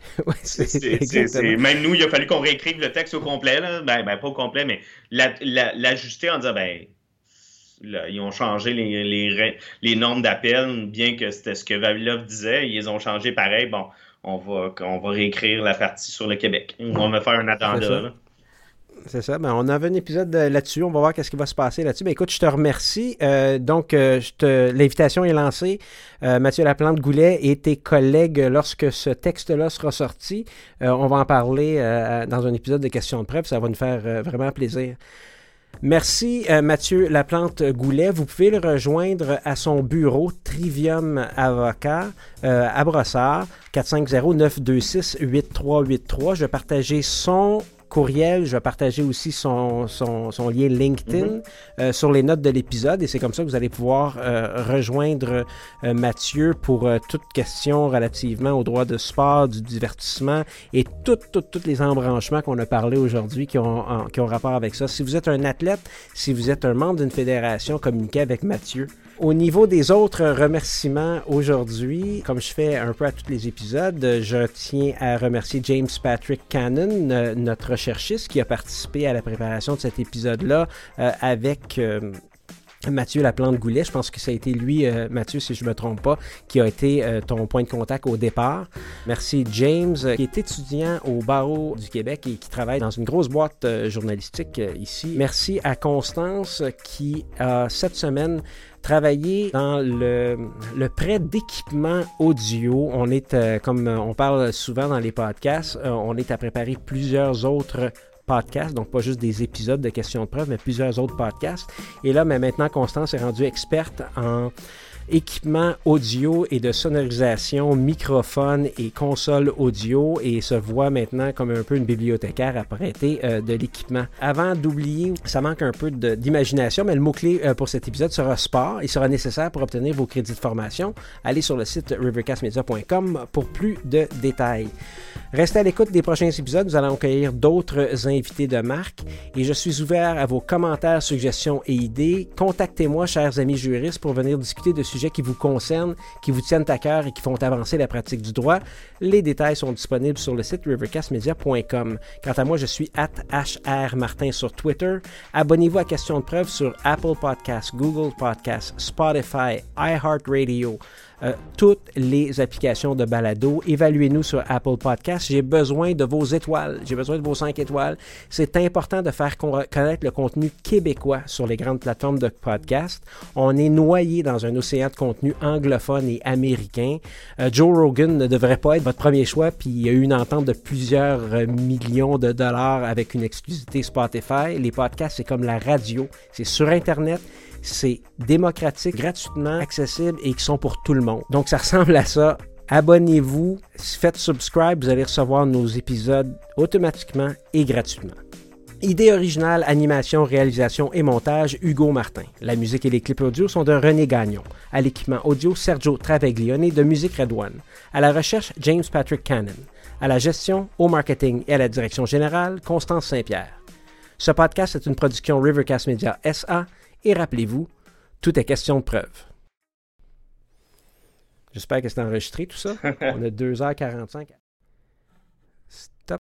Oui, même nous, il a fallu qu'on réécrive le texte au complet. Là. Ben, pas au complet, mais l'ajuster en disant, là, ils ont changé les normes d'appel, bien que c'était ce que Vavilov disait. Ils les ont changé pareil. Bon, on va réécrire la partie sur le Québec. On va faire un addenda. C'est ça. Ben, on avait un épisode là-dessus. On va voir qu'est-ce qui va se passer là-dessus. Ben, écoute, je te remercie. Donc, l'invitation est lancée. Mathieu Laplante-Goulet et tes collègues, lorsque ce texte-là sera sorti, on va en parler dans un épisode de Questions de preuve. Ça va nous faire vraiment plaisir. Merci Mathieu Laplante-Goulet. Vous pouvez le rejoindre à son bureau Trivium Avocat à Brossard, 450-926-8383. Je vais partager son courriel. Je vais partager aussi son lien LinkedIn sur les notes de l'épisode et c'est comme ça que vous allez pouvoir rejoindre Mathieu pour toute question relativement au droit de sport, du divertissement et tous les embranchements qu'on a parlé aujourd'hui qui ont rapport avec ça. Si vous êtes un athlète, si vous êtes un membre d'une fédération, communiquez avec Mathieu. Au niveau des autres remerciements aujourd'hui, comme je fais un peu à tous les épisodes, je tiens à remercier James Patrick Cannon, notre recherchiste qui a participé à la préparation de cet épisode-là avec Mathieu Laplante-Goulet. Je pense que ça a été lui, Mathieu, si je ne me trompe pas, qui a été ton point de contact au départ. Merci James, qui est étudiant au barreau du Québec et qui travaille dans une grosse boîte journalistique ici. Merci à Constance qui a cette semaine travaillé dans le prêt d'équipement audio. On est, comme on parle souvent dans les podcasts, on est à préparer plusieurs autres podcasts, donc pas juste des épisodes de questions de preuve, mais plusieurs autres podcasts. Et là, mais maintenant, Constance est rendue experte en équipement audio et de sonorisation, microphone et console audio et se voit maintenant comme un peu une bibliothécaire à prêter de l'équipement. Avant d'oublier, ça manque un peu d'imagination, mais le mot-clé pour cet épisode sera sport. Il sera nécessaire pour obtenir vos crédits de formation. Allez sur le site rivercastmedia.com pour plus de détails. Restez à l'écoute des prochains épisodes. Nous allons accueillir d'autres invités de marque et je suis ouvert à vos commentaires, suggestions et idées. Contactez-moi, chers amis juristes, pour venir discuter de sujets qui vous concernent, qui vous tiennent à cœur et qui font avancer la pratique du droit. Les détails sont disponibles sur le site rivercastmedia.com. Quant à moi, je suis @HRMartin sur Twitter. Abonnez-vous à Questions de preuve sur Apple Podcasts, Google Podcasts, Spotify, iHeartRadio, toutes les applications de balado. Évaluez-nous sur Apple Podcasts. J'ai besoin de vos étoiles. J'ai besoin de vos 5 étoiles. C'est important de faire connaître le contenu québécois sur les grandes plateformes de podcast. On est noyé dans un océan de contenu anglophone et américain. Joe Rogan ne devrait pas être votre premier choix, puis il y a eu une entente de plusieurs millions de dollars avec une exclusivité Spotify. Les podcasts, c'est comme la radio. C'est sur Internet. C'est démocratique, gratuitement accessible et qui sont pour tout le monde. Donc, ça ressemble à ça. Abonnez-vous, faites subscribe, vous allez recevoir nos épisodes automatiquement et gratuitement. Idée originale, animation, réalisation et montage, Hugo Martin. La musique et les clips audio sont de René Gagnon. À l'équipement audio, Sergio Travaglione de Musique Red One. À la recherche, James Patrick Cannon. À la gestion, au marketing et à la direction générale, Constance Saint-Pierre. Ce podcast est une production Rivercast Media SA. Et rappelez-vous, tout est question de preuve. J'espère que c'est enregistré tout ça. On a 2h45.